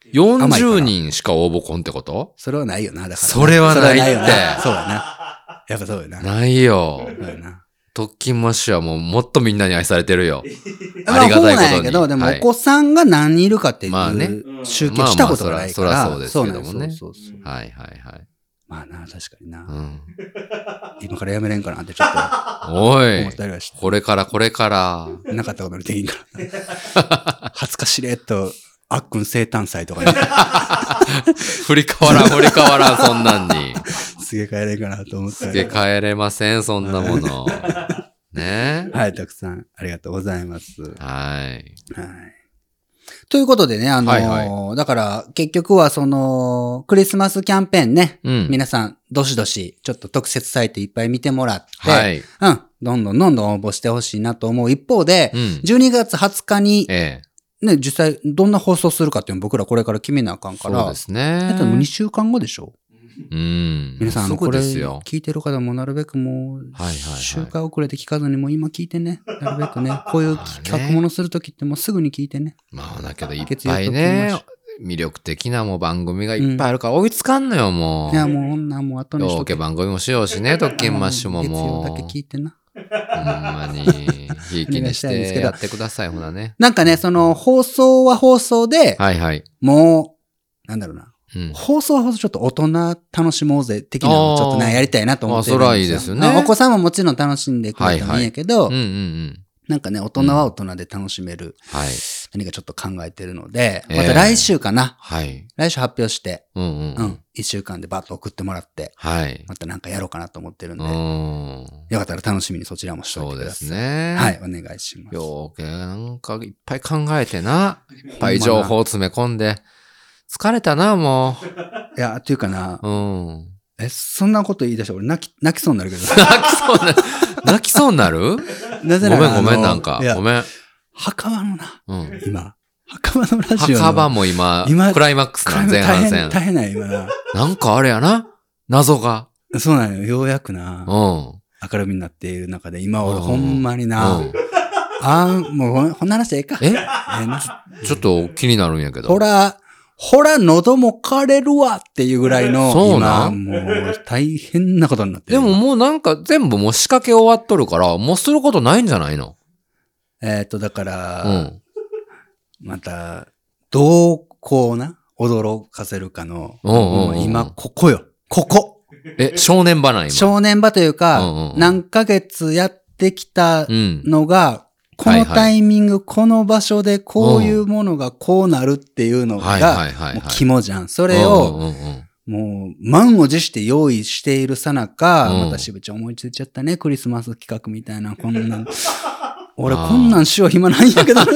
B: 40人しか応募こんってこと？
A: それはないよな、だから。
B: それはないって。
A: そうだな。やっぱそうだな。
B: ないよ。
A: そうだな。
B: 特勤マッシュはもうもっとみんなに愛されてるよ。
A: ありがたいことに。そうなんやけど、でも
B: はい
A: お子さんが何人いるかっていう、
B: まあね
A: 集計したことがないから。
B: まあまあそらそうですけどもね
A: そうそうそう。
B: はいはいはい。
A: まあな、確かにな。
B: うん。
A: 今からやめれんかなってちょっと
B: お
A: 思
B: い
A: っ、たりはして。
B: これからこれから。
A: なかったことにできんからな。20日しれっと、あっくん生誕祭とかに
B: 振り変わらん、そんなんに。
A: すげ替えれんかなと思った
B: すげ替えれません、そんなもの。ね。
A: はい、たくさんありがとうございます。
B: はい。
A: はい。ということでね、
B: はいは
A: だから結局はその、クリスマスキャンペーンね、
B: うん。
A: 皆さん、どしどし、ちょっと特設サイトいっぱい見てもらって、
B: はい。
A: うん、どんどん応募してほしいなと思う一方で、
B: うん。
A: 12月20日に、
B: ええ。
A: ね、実際どんな放送するかっていうのを僕らこれから決めなあかんから、
B: そうですね。
A: だってもう2週間後でしょ？
B: うん。
A: 皆さん、
B: すぐ
A: これ
B: ですよ。
A: 聞いてる方もなるべくもう、
B: はいはいはい
A: 週間遅れて聞かずにもう今聞いてね。なるべくね。こういう
B: まあね
A: 企画ものするときってもうすぐに聞いてね。
B: まあだけどいっ
A: 月曜
B: ぱい
A: 特勤マッ
B: ね
A: シ、
B: 魅力的なもう番組がいっぱいあるから追いつかんのよ、もう。
A: いや、もう女もう後にしとけ。
B: ようけ番組もしようしね、特勤マッシュも
A: 月曜
B: もう。
A: だけ聞いてな。
B: ほんまに、ひいきにしてやってください、ほなね。
A: なんかね、その放送は放送で、
B: はいはい。
A: もう、なんだろうな。
B: うん。
A: 放送は放送ちょっと大人楽しもうぜ的なのをちょっとね、やりたいなと思ってるんですよ。
B: あそらいいですよね
A: お子さんももちろん楽しんでくれてもいいんやけど、
B: うんうんうん。
A: なんかね、大人は大人で楽しめる
B: はい。
A: 何かちょっと考えてるので、
B: ええ
A: また来週かな。
B: はい。
A: 来週発表して、
B: うんうん。
A: うん。1週間でバッと送ってもらって、
B: はい。
A: またなんかやろうかなと思ってるん
B: う
A: で、
B: ん。
A: よかったら楽しみにそちらもしとい
B: そうで
A: てください。
B: すね。
A: はい、お願いします。
B: ようけなんかいっぱい考えてな。いっぱい情報を詰め込んで。疲れたな、も
A: いや、っていうかな、
B: う。うん。
A: そんなこと言い出したら俺泣きそうになるけど。
B: 泣きそうになる
A: なぜなら
B: ごめん、なんか
A: い。や
B: ごめん。
A: 墓場のな、
B: うん。
A: 今、墓場のラジオの。
B: 墓場も今、クライマックスな、前半戦。
A: 大変ない、今な。
B: なんかあれやな。謎が。
A: そうなのよ、ようやくな、
B: うん。
A: 明るみになっている中で、今俺
B: うん
A: ほんまにな、
B: うん
A: もうこんな話ええか。
B: え
A: な
B: ちょっと気になるんやけど。
A: ほら、喉も枯れるわっていうぐらいの、
B: そうなん
A: 今、もう大変なことになってる。
B: でももうなんか全部もう仕掛け終わっとるから、もうすることないんじゃないの？
A: だから、
B: うん。
A: また、どうこうな、驚かせるかの、
B: うんうんうん
A: 今、ここよ。ここ。
B: 正念場なん今。
A: 正念場というか、
B: うんうんうん
A: 何ヶ月やってきた
B: うん。
A: のが、このタイミング、この場所でこういうものがこうなるっていうの
B: はい
A: が、
B: はいはいはい。
A: もう肝じゃん。それ
B: うん
A: を、
B: うんうん
A: もう、満を持して用意しているさなか、
B: うん
A: またしぶちゃん思いついちゃったね、クリスマス企画みたいな、こんなん。俺こんなんしよう暇ないんやけど。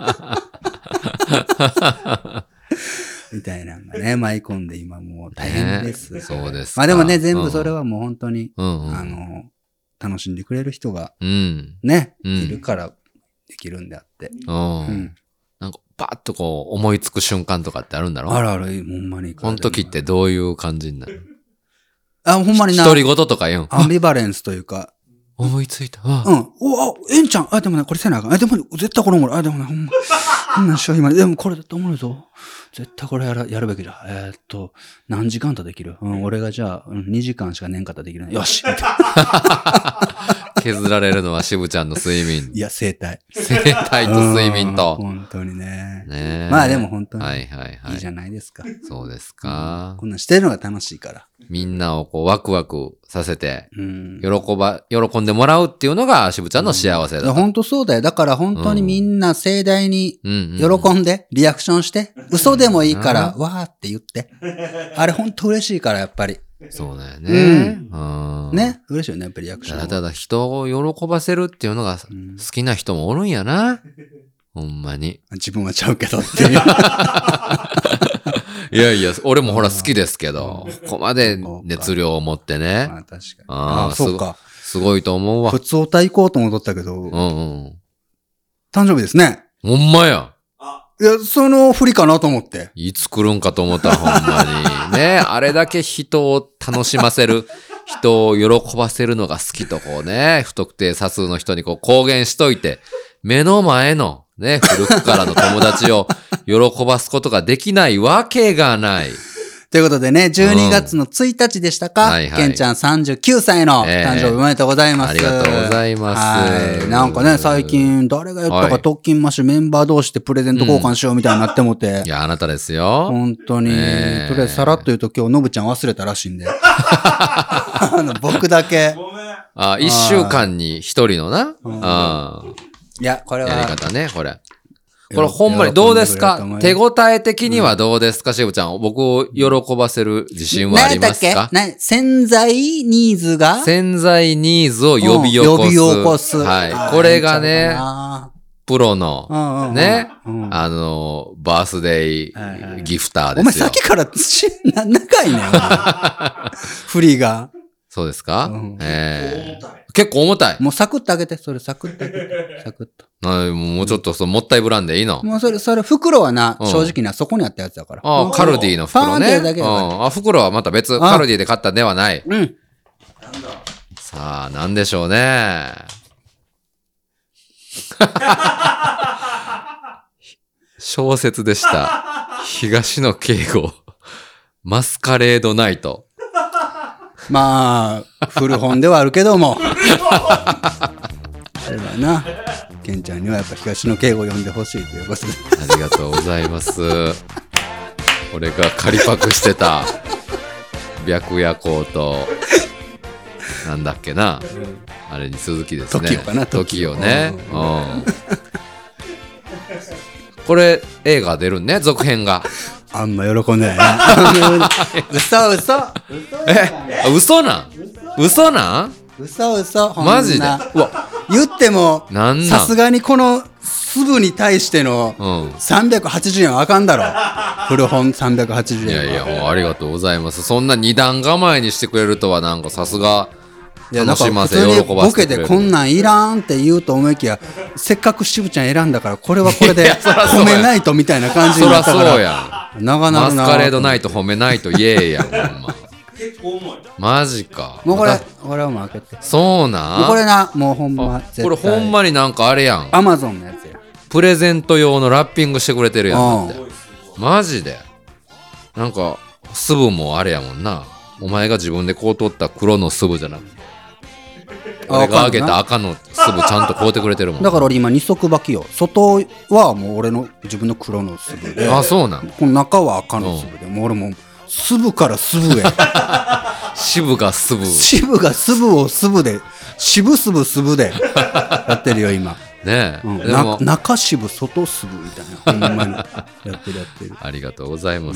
A: みたいなのがね、舞い込んで今もう大変です。
B: ねそうですか。
A: まあでもね、全部それはもう本当に、
B: うんうん。
A: 楽しんでくれる人が
B: うん。
A: ね、
B: うん
A: いるからできるんであって。
B: う。
A: うんん。
B: なんか、パッとこう、思いつく瞬間とかってあるんだろ
A: あるある、ほんまに。
B: この時ってどういう感じになる？
A: ほんまにな、
B: 独り言とか言うん。
A: アンビバレンスというか、
B: 思いついた。わ
A: えんちゃん、でもね、これせなあかん。でもね、絶対これおもろい。でもね、ほんま、こんなんしよう今。でもこれだっておもろいぞ。絶対これやるべきだ。何時間とできる？俺がじゃあ、2時間しかねんかったらできる。よしみたいな
B: 削られるのは渋ちゃんの睡眠。
A: いや、生体。
B: 生体と睡眠と。
A: 本当にね。
B: ねえ
A: まあでも本当に
B: はいはいはい。
A: いいじゃないですか。
B: そうですか。
A: こんなんしてるのが楽しいから。
B: みんなをこうワクワクさせて、
A: うん。
B: 喜んでもらうっていうのが渋ちゃんの幸せだと。
A: 本当そうだよ。だから本当にみんな盛大に
B: うんうん
A: 喜んで、リアクションして、嘘でもいいから、わーって言って。あれ本当嬉しいから、やっぱり。
B: そうだよね。うん。
A: ね。嬉しいよね、やっぱりリアクションは。
B: ただ人を喜ばせるっていうのが好きな人もおるんやな。ほんまに。
A: 自分はちゃうけどっていう。
B: いやいや、俺もほら好きですけど、ここまで熱量を持ってね。
A: まあ確かに。
B: ああ
A: そうか。
B: すごいと思うわ
A: 普。通歌行こうと思っとったけど、
B: うんうん。
A: 誕生日ですね。
B: ほんまや。
A: いや、その振りかなと思って。
B: いつ来るんかと思った、ほんまに。ね、あれだけ人を楽しませる、人を喜ばせるのが好きとこうね、不特定多数の人にこう公言しといて、目の前のね、古くからの友達を喜ばすことができないわけがない。
A: ということでね、12月の1日でしたか、
B: はいはい、
A: ケンちゃん39歳の誕生日おめでとうございます。
B: ありがとうございます。
A: はい。なんかね、最近誰がやったか特勤マッシュメンバー同士でプレゼント交換しようみたいになってもて。
B: いや、あなたですよ。
A: 本当に。とりあえずさらっと言うと今日のぶちゃん忘れたらしいんで。僕だけ。
C: ごめん。
B: 1週間に1人のな。
A: いや、これは。
B: やり方ね、これ。これほんまにどうですか？手応え的にはどうですか、しぶちゃん。僕を喜ばせる自信はありますか？
A: 潜在ニーズが？
B: 潜在ニーズを呼び起こす。はい。これがね、プロの、ね、バースデーギフターですよ。
A: お前さっきから長いね。振りが。
B: そうですか？結構重たい。
A: もうサクッとあげて、それサクッとあげて。サクッと。
B: もうちょっともったいぶらんでいいの？
A: もうそれ袋はな、正直な、そこにあったやつだから。
B: カルディの袋ね。袋はまた別、カルディで買ったんではない。
A: うん。
B: さあ、なんでしょうね。小説でした。東野圭吾。マスカレードナイト。
A: まあ、古本ではあるけども。それはな、ケンちゃんにはやっぱ東野圭吾を読んでほしいということで。
B: ありがとうございます。俺が仮パクしてた白夜行と、なんだっけな。あれに続きですね。
A: TOKIOかな。
B: TOKIOね。これ、映画出るね、続編が。
A: あんま喜んでないな。嘘。
B: 嘘なん
A: 嘘。
B: マジで。
A: うわ、言っても、さすがにこの粒に対しての380円はあかんだろ。古本380円。
B: いや、ありがとうございます。そんな二段構えにしてくれるとは、なんかさすが。
A: いや、だから普通にボケでこんなんいらんって言うと思いきや、せっかく渋ちゃん選んだからこれはこれで褒めないとみたいな感じになったから。
B: そらそうやん。マスカレードナイト褒めないと言えやん、ほんま。
C: 結構重い。
B: マジか。
A: もうこれはもう開けて。
B: そうなん？
A: もうこれな、もうほんま絶対。
B: これほんまになんかあれやん。
A: アマゾンのやつや。
B: プレゼント用のラッピングしてくれてるやんだって。マジで。なんか、粒もあれやもんな。お前が自分でこう取った黒の粒じゃなくて。俺があげた赤の粒ちゃんと買うてくれてるもん。
A: だから俺今二足履きよ。外はもう俺の自分の黒の粒で。
B: あ、そうなん。
A: この中は赤の粒で。もう俺も粒から粒へ。
B: 渋が粒。
A: 渋が粒を粒で、渋粒でやってるよ今。
B: ねえ。
A: 中渋外粒みたいな。ほんまにやってる。
B: ありがとうございます。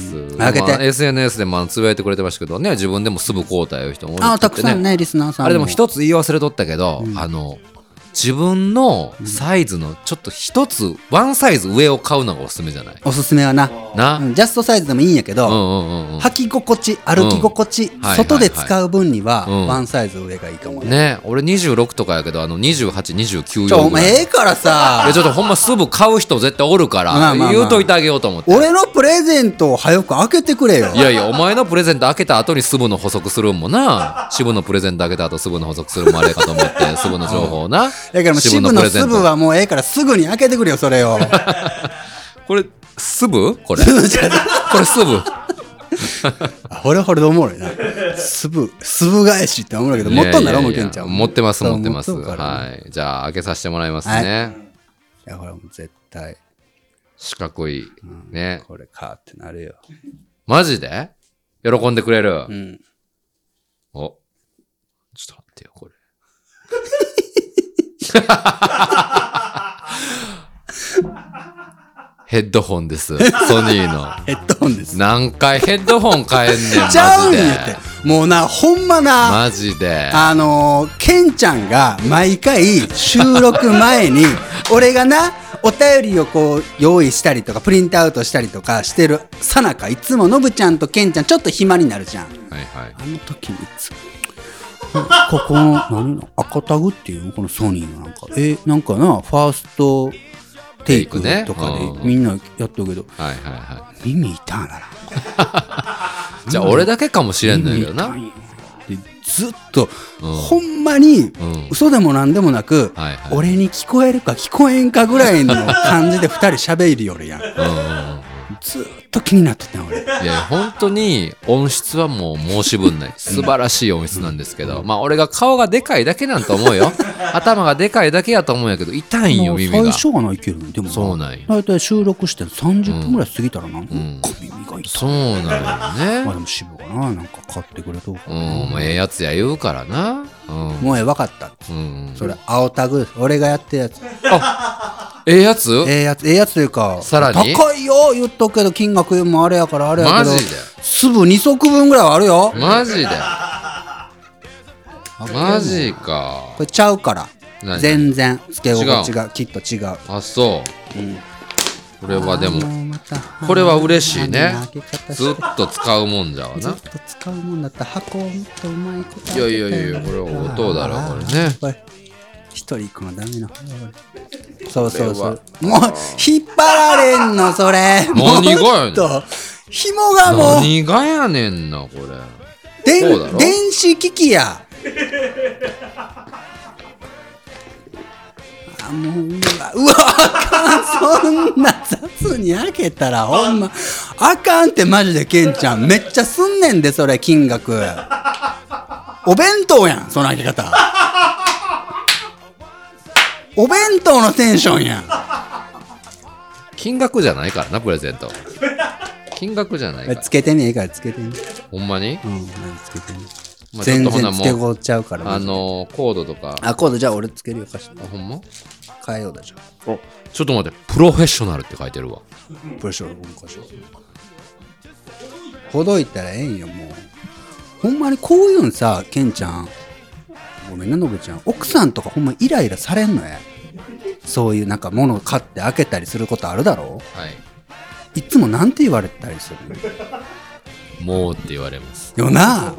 A: SNS
B: でつぶやいてくれてましたけどね、自分でも粒交代を人もおるってね。
A: たくさんね、リスナーさんも。
B: あれでも一つ言い忘れとったけど、自分のサイズのちょっと一つ、ワンサイズ上を買うのがおすすめじゃない？
A: おすすめはな。ジャストサイズでもいいんやけど、履き心地、歩き心地、外で使う分には、ワンサイズ上がいいかもね。
B: ね、俺26とかやけど、28、29用
A: お前ええからさ。
B: ちょっとほんま粒買う人絶対おるから、言うといてあげようと思って。
A: 俺のプレゼントを早く開けてくれよ。
B: いや、お前のプレゼント開けた後に粒の補足するんもな。渋のプレゼント開けた後粒の補足するもあれかと思って、粒の情報な。
A: だから渋の粒はもうええからすぐに開けてくれよ、それを。
B: これ、粒？これ。これ粒。
A: ほれほれでおもろいな。粒返しって思うけど、持っとんだろ、もうケンちゃん。
B: 持ってます。はい。じゃあ、開けさせてもらいますね。
A: いや、ほら、もう絶対。
B: 四角い。ね。
A: これかってなるよ。
B: マジで？喜んでくれる？お。ちょっと待ってよ、これ。ヘッドホンです。ソニーの。
A: ヘッドホンです。
B: 何回ヘッドホン買えんねん、マジで。
A: ちゃうんやって。もうな、ほんまな。
B: マジで。
A: ケンちゃんが毎回収録前に、俺がな、お便りをこう用意したりとか、プリントアウトしたりとかしてるさなか、いつものぶちゃんとケンちゃんちょっと暇になるじゃん。あの時にいつも。ここの、赤タグっていうのこのソニーのなんかな、ファーストテイクとかでみんなやってるけど、耳痛なら。
B: じゃあ俺だけかもしれんのやけどな。
A: ずっと、ほんまに、嘘でもなんでもなく、俺に聞こえるか聞こえんかぐらいの感じで二人喋るよるやん。 ずーっと気になってたよ俺。
B: いや、本当に音質はもう申し分ない。素晴らしい音質なんですけど、まあ俺が顔がでかいだけなんと思うよ。頭がでかいだけやと思うんやけど、痛いんよ、耳が。
A: 最初はないけど、でも
B: そうなんよ。
A: だいたい収録して30分ぐらい過ぎたらなんか耳が痛い。
B: そうなんよね。
A: まあでも渋がな、なんか買ってくれと。
B: もうええやつや言うからな。
A: もう分かった。それ、青タグ、俺がやってるやつ。
B: ええやつ
A: ええやつというか、
B: さらに
A: 高いよ言っとくけど、金額もあれやからあれやけど、
B: マジで
A: 粒2足分ぐらいはあるよ。
B: マジでマジか。
A: これちゃうから。
B: 何
A: 全然、つけ心地がきっと違う。
B: あ、そう。これはでも、これは嬉しいね。ずっと使うもんじゃわな。
A: ずっと使うもんだったら箱をもっとうまいこと
B: いや、これは音だろ、これね。
A: 一人行くのダメな。そう。もう、引っ張られんの、それ。
B: 何がやねん。
A: 紐がもう。
B: 何がやねんな、これ。
A: 電子機器や。もう、うわ、あかん、そんな雑に開けたら、ほんま、あかんってマジで、ケンちゃん。めっちゃすんねんで、それ、金額。お弁当やん、その開け方。お弁当のテンションやん。
B: 金額じゃないからな、プレゼント。金額じゃないから。
A: つけてねえからつけてね。
B: ほんまに？
A: つけてね。
B: まあ、
A: 全然つけごっちゃうから。
B: コードとか。
A: あ、コードじゃあ俺つけるよ、貸して。
B: あ、ほんま？
A: 変えようだじゃん。
B: ちょっと待って、プロフェッショナルって書いてるわ。
A: プロフェッショナル、ほどいたらええんよ、もう。ほんまにこういうのさ、ケンちゃん。ごめんな、のぶちゃん。奥さんとかほんまイライラされんのや。そういうなんか物を買って開けたりすることあるだろう？
B: はい。
A: いつもなんて言われたりするの？
B: もうって言われます。
A: よな。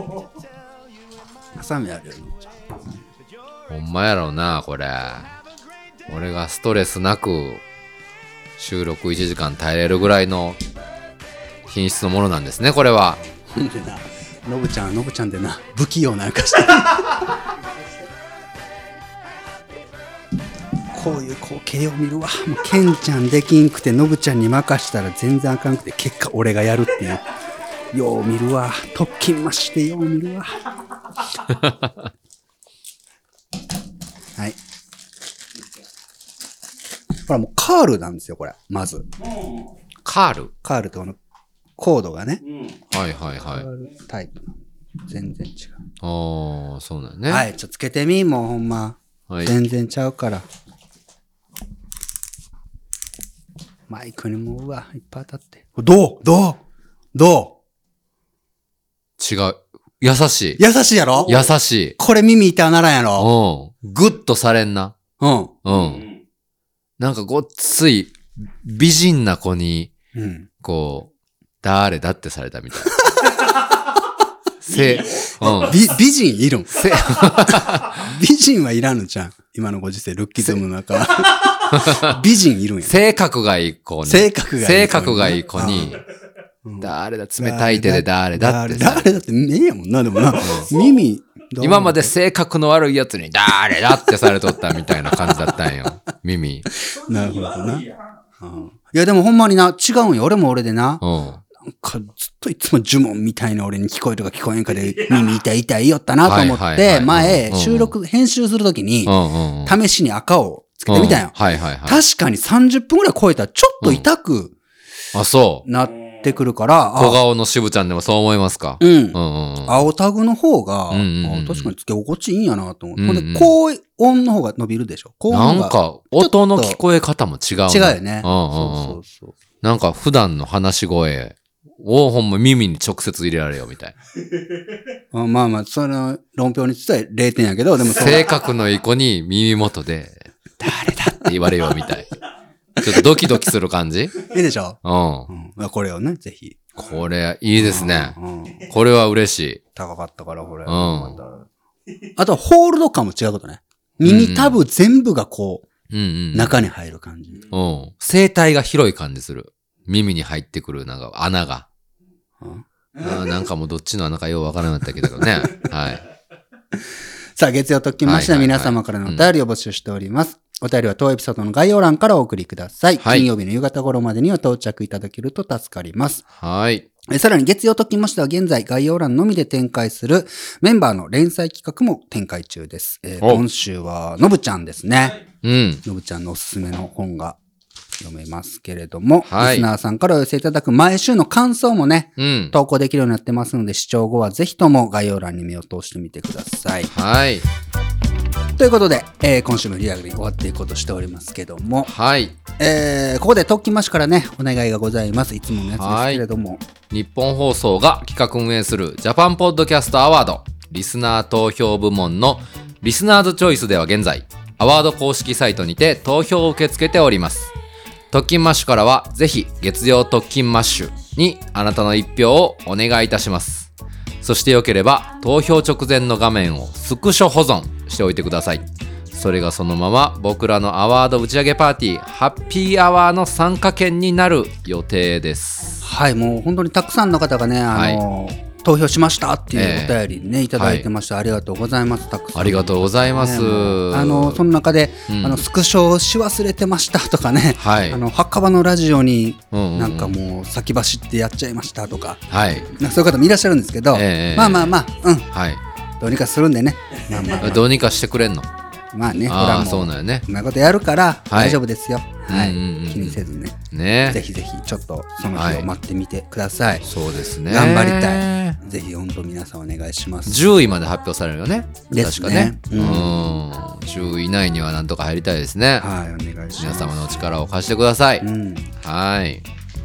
A: ハサミあるよ。
B: ほんまやろうな、これ。俺がストレスなく収録1時間耐えれるぐらいの品質のものなんですね、これは。
A: ほんでな、のぶちゃんでな、不器用なんかしてこういう光景を見るわ。もうケンちゃんできんくてのぶちゃんに任したら全然あかんくて、結果俺がやるっていう。よう見るわ。特勤ましてよう見るわ。はい。ほらもうカールなんですよ、これ。まず。
B: カール
A: とこのコードがね。
B: はい。
A: タイプ。全然違う。
B: ああ、そうなんね。
A: はい、ちょっとつけてみ、もうほんま。はい、全然ちゃうから。マイクにもうわ、いっぱい当たって。どう
B: 違う。優しい。
A: 優しいやろ？
B: 優しい。
A: これ耳痛ならんやろ？
B: グッとされんな。なんかごっつい美人な子に、こう、誰だってされたみたい。
A: 美人いるん？美人はいらんのじゃん。今のご時世、ルッキズムの中。美人いるんや。
B: 性格がいい子に。
A: 性格
B: がいい子に、誰だ、冷たい手で誰だって。
A: 誰だってねえやもんな、でもな。耳。
B: 今まで性格の悪いやつに誰だってされとったみたいな感じだったんよ。耳。
A: なるほどな。いやでもほんまにな、違うんよ。俺も俺でな。なんかずっといつも呪文みたいな俺に聞こえるか聞こえんかで耳痛いよったなと思って、前、編集するときに、試しに赤をつけてみたよ。確かに30分くらい超えたらちょっと痛くなってくるから。
B: 小顔の渋ちゃんでもそう思いますか？
A: 青タグの方が、確かにつけ心地いいんやなと思って。ほんで、高音の方が伸びるでしょ？
B: なんか、音の聞こえ方も違う。
A: 違うよね。そう。
B: なんか普段の話し声をほんま耳に直接入れられよみたい。
A: まあ、その論評については0点やけど、でも
B: 性格のいい子に耳元で、誰だって言われよみたい。ちょっとドキドキする感じ？い
A: いでしょ？これをね、ぜひ。
B: これ、いいですね。これは嬉しい。
A: 高かったから、これ。あと、ホールド感も違うことね。耳タブ全部がこう、中に入る感じ。
B: 声帯が広い感じする。耳に入ってくる、なんか穴が。なんかもうどっちの穴かようわからなかったけどね。はい。
A: さあ、月曜ときまして皆様からのお便りを募集しております。 お便りは当エピソードの概要欄からお送りください。
B: はい
A: 金曜日の夕方頃までには到着いただけると助かります。
B: はい。
A: さらに月曜ときましては現在概要欄のみで展開するメンバーの連載企画も展開中です。今週はのぶちゃんですね。のぶちゃんのおすすめの本が読めますけれども、リスナーさんからお寄せいただく毎週の感想もね、投稿できるようになってますので、視聴後はぜひとも概要欄に目を通してみてください。
B: はい。
A: ということで、今週もリアルに終わっていこうとしておりますけども、
B: はい。
A: ここで特訓マッシュからね、お願いがございます。いつものやつですけれども。
B: 日本放送が企画運営するジャパンポッドキャストアワード、リスナー投票部門のリスナーズチョイスでは現在、アワード公式サイトにて投票を受け付けております。特訓マッシュからは、ぜひ月曜特訓マッシュにあなたの一票をお願いいたします。そしてよければ、投票直前の画面をスクショ保存しておいてください。それがそのまま僕らのアワード打ち上げパーティー、ハッピーアワーの参加券になる予定です。
A: はい、もう本当にたくさんの方がね、投票しましたっていうお便りね、いただいてました。ありがとうございます。たくさん。
B: ありがとうございます。そ
A: の中で、スクショし忘れてましたとかね、墓場のラジオになんかもう先走ってやっちゃいましたとか、そういう方もいらっしゃるんですけど、まあ、どうにかするんでね。
B: どうにかしてくれんの？
A: まあね、ほら
B: そうなんよね。
A: そんなことやるから大丈夫ですよ。気にせずね。ぜひぜひちょっとその日を待ってみてください。
B: そうですね。
A: 頑張りたい。ぜひ本当皆さんお願いします。
B: 10位まで発表されるよね。
A: 確かね。
B: 10位以内にはなんとか入りたいですね。
A: はい、お願いします。
B: 皆様のお力を貸してください。はい。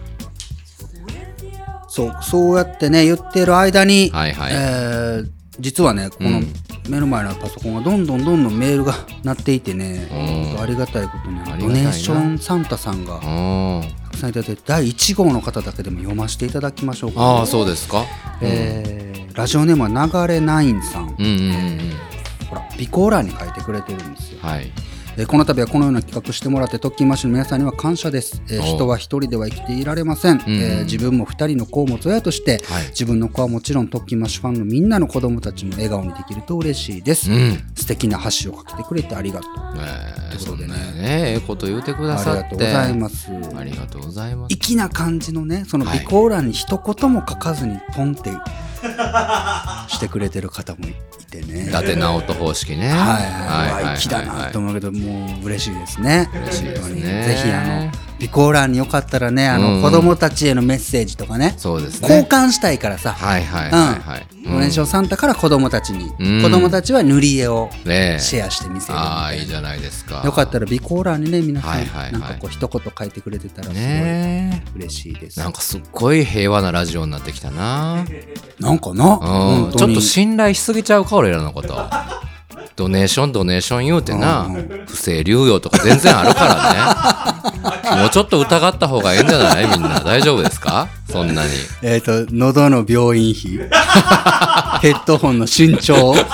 A: そうやってね言ってる間に、実はねこの目の前のパソコンがどんどんメールが鳴っていてね、ありがたいことにドネーションサンタさんがたくさんいただいて、第1号の方だけでも読ませていただきましょうか。
B: そうですか。
A: ラジオネームは流れナインさん。ほら備考欄に書いてくれてるんですよ。この度はこのような企画してもらって特訓マッシュの皆さんには感謝です。人は一人では生きていられません。自分も二人の子を持つ親として、自分の子はもちろん特訓マッシュファンのみんなの子供たちも笑顔にできると嬉しいです。素敵な箸をかけてくれてありがとう。ということでね、
B: こと言うてくださって
A: ありがとうございます。
B: ありがとうございます。
A: 粋な感じのね、その備考欄に一言も書かずにポンってしてくれてる方もいてね。
B: 伊達直人方式ね。
A: 粋だなと思うけど、もう嬉しいですね。
B: 嬉しいですね。
A: ぜひ備考欄によかったらね、子供たちへのメッセージとかね、
B: そうですね、
A: 交換したいからさ、ドネーションサンタから子供たちに、子供たちは塗り絵をシェアしてみせるみたいな。
B: いいじゃないですか。
A: よかったら備考欄にね、皆さんなんかこう一言書いてくれてたらすごい嬉しいです。
B: なんかすっごい平和なラジオになってきたな。
A: なんかな、
B: ちょっと信頼しすぎちゃうか、俺らのこと。ドネーション言うてな、不正流用とか全然あるからね。もうちょっと疑った方がいいんじゃない？みんな大丈夫ですか？そんなに。
A: 喉の病院費、ヘッドホンの身長費、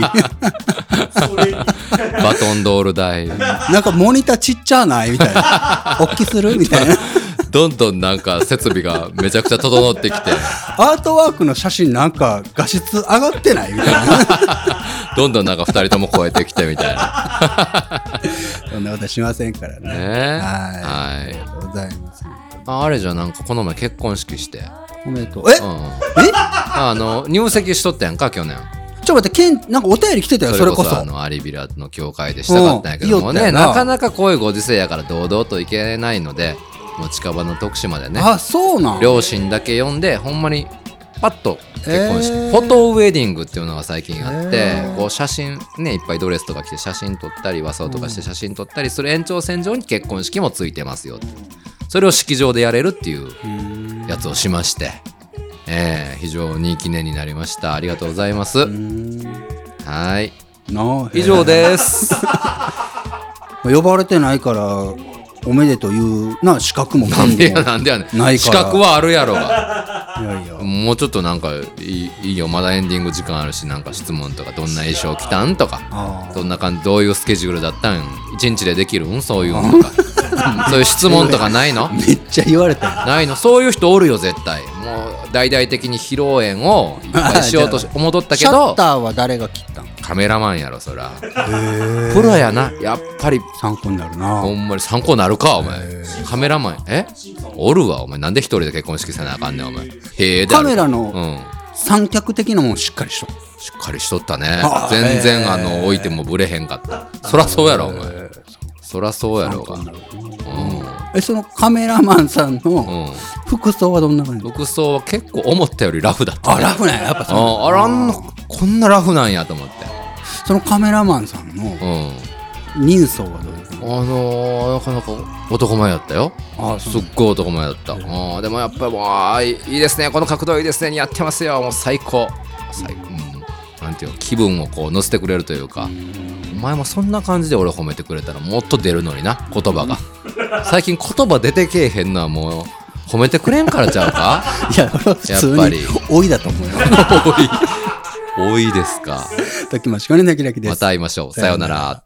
B: バトンドール代。
A: なんかモニターちっちゃないみたいな。大きするみたいな。
B: どんどんなんか設備がめちゃくちゃ整ってきて、
A: アートワークの写真なんか画質上がってないみたいな。
B: どんどんなんか2人とも超えてきてみたいな。
A: そんなことしませんからね。ありがとうございます。
B: あれじゃなんかこの前結婚式して。
A: おめでとう。
B: 入籍しとったやんか去年。
A: ちょっと待って、なんかお便り来てたよ。それこそ
B: アリビラの教会でしたかったんやけどもね、なかなかこういうご時世やから堂々といけないので、もう近場の徳島でね、
A: そうなん、
B: 両親だけ呼んでほんまにパッと結婚して、フォトウェディングっていうのが最近あって、こう写真ね、いっぱいドレスとか着て写真撮ったり和装とかして写真撮ったりする延長線上に結婚式もついてますよ。それを式場でやれるっていうやつをしまして、非常にいい記念になりました。ありがとうございます。はい、以上です。
A: 呼ばれてないからおめでとういうな資格も
B: なんでやねん。資格はあるやろが。
A: いや
B: もうちょっとなんかいいよ、まだエンディング時間あるし、なんか質問とか、どんな衣装着たんとか、どんな感じ、どういうスケジュールだったん、一日でできるん、そういうのとか。そういう質問とかないの？
A: めっちゃ言われた。
B: ないの？そういう人おるよ絶対。もう大々的に披露宴をいっぱいしようと思っとったけど、
A: シャッターは誰が切ったん？
B: カメラマンやろそら。プロやなやっぱり。
A: 参考になるな。
B: ほんまに参考になるかお前。カメラマンおるわお前。なんで一人で結婚式せなあかんねんお前。
A: カメラの三脚的なもんしっかりしと
B: しっかりしとったね。全然置いてもブレへんかった。そらそうやろお前。そらそうやろうが。
A: そのカメラマンさんの服装はどんな感じ？
B: 服装は結構思ったよりラフだった、ね。
A: ラフなんや、やっぱそう。
B: こんなラフなんやと思って。
A: そのカメラマンさんの人相はどういう感じ？
B: なかなか男前やったよ。すっごい男前だった。でもやっぱりいいですね、この角度いいですねにやってますよ。もう最高。なんていうの、気分をこう乗せてくれるというか。お前もそんな感じで俺褒めてくれたらもっと出るのにな、言葉が。最近言葉出てけえへんのはもう褒めてくれんからちゃうか。
A: いや、普通に多いだと思うよ。
B: 多いですか。
A: ときましこねなきらきです。
B: また会いましょう。さようなら。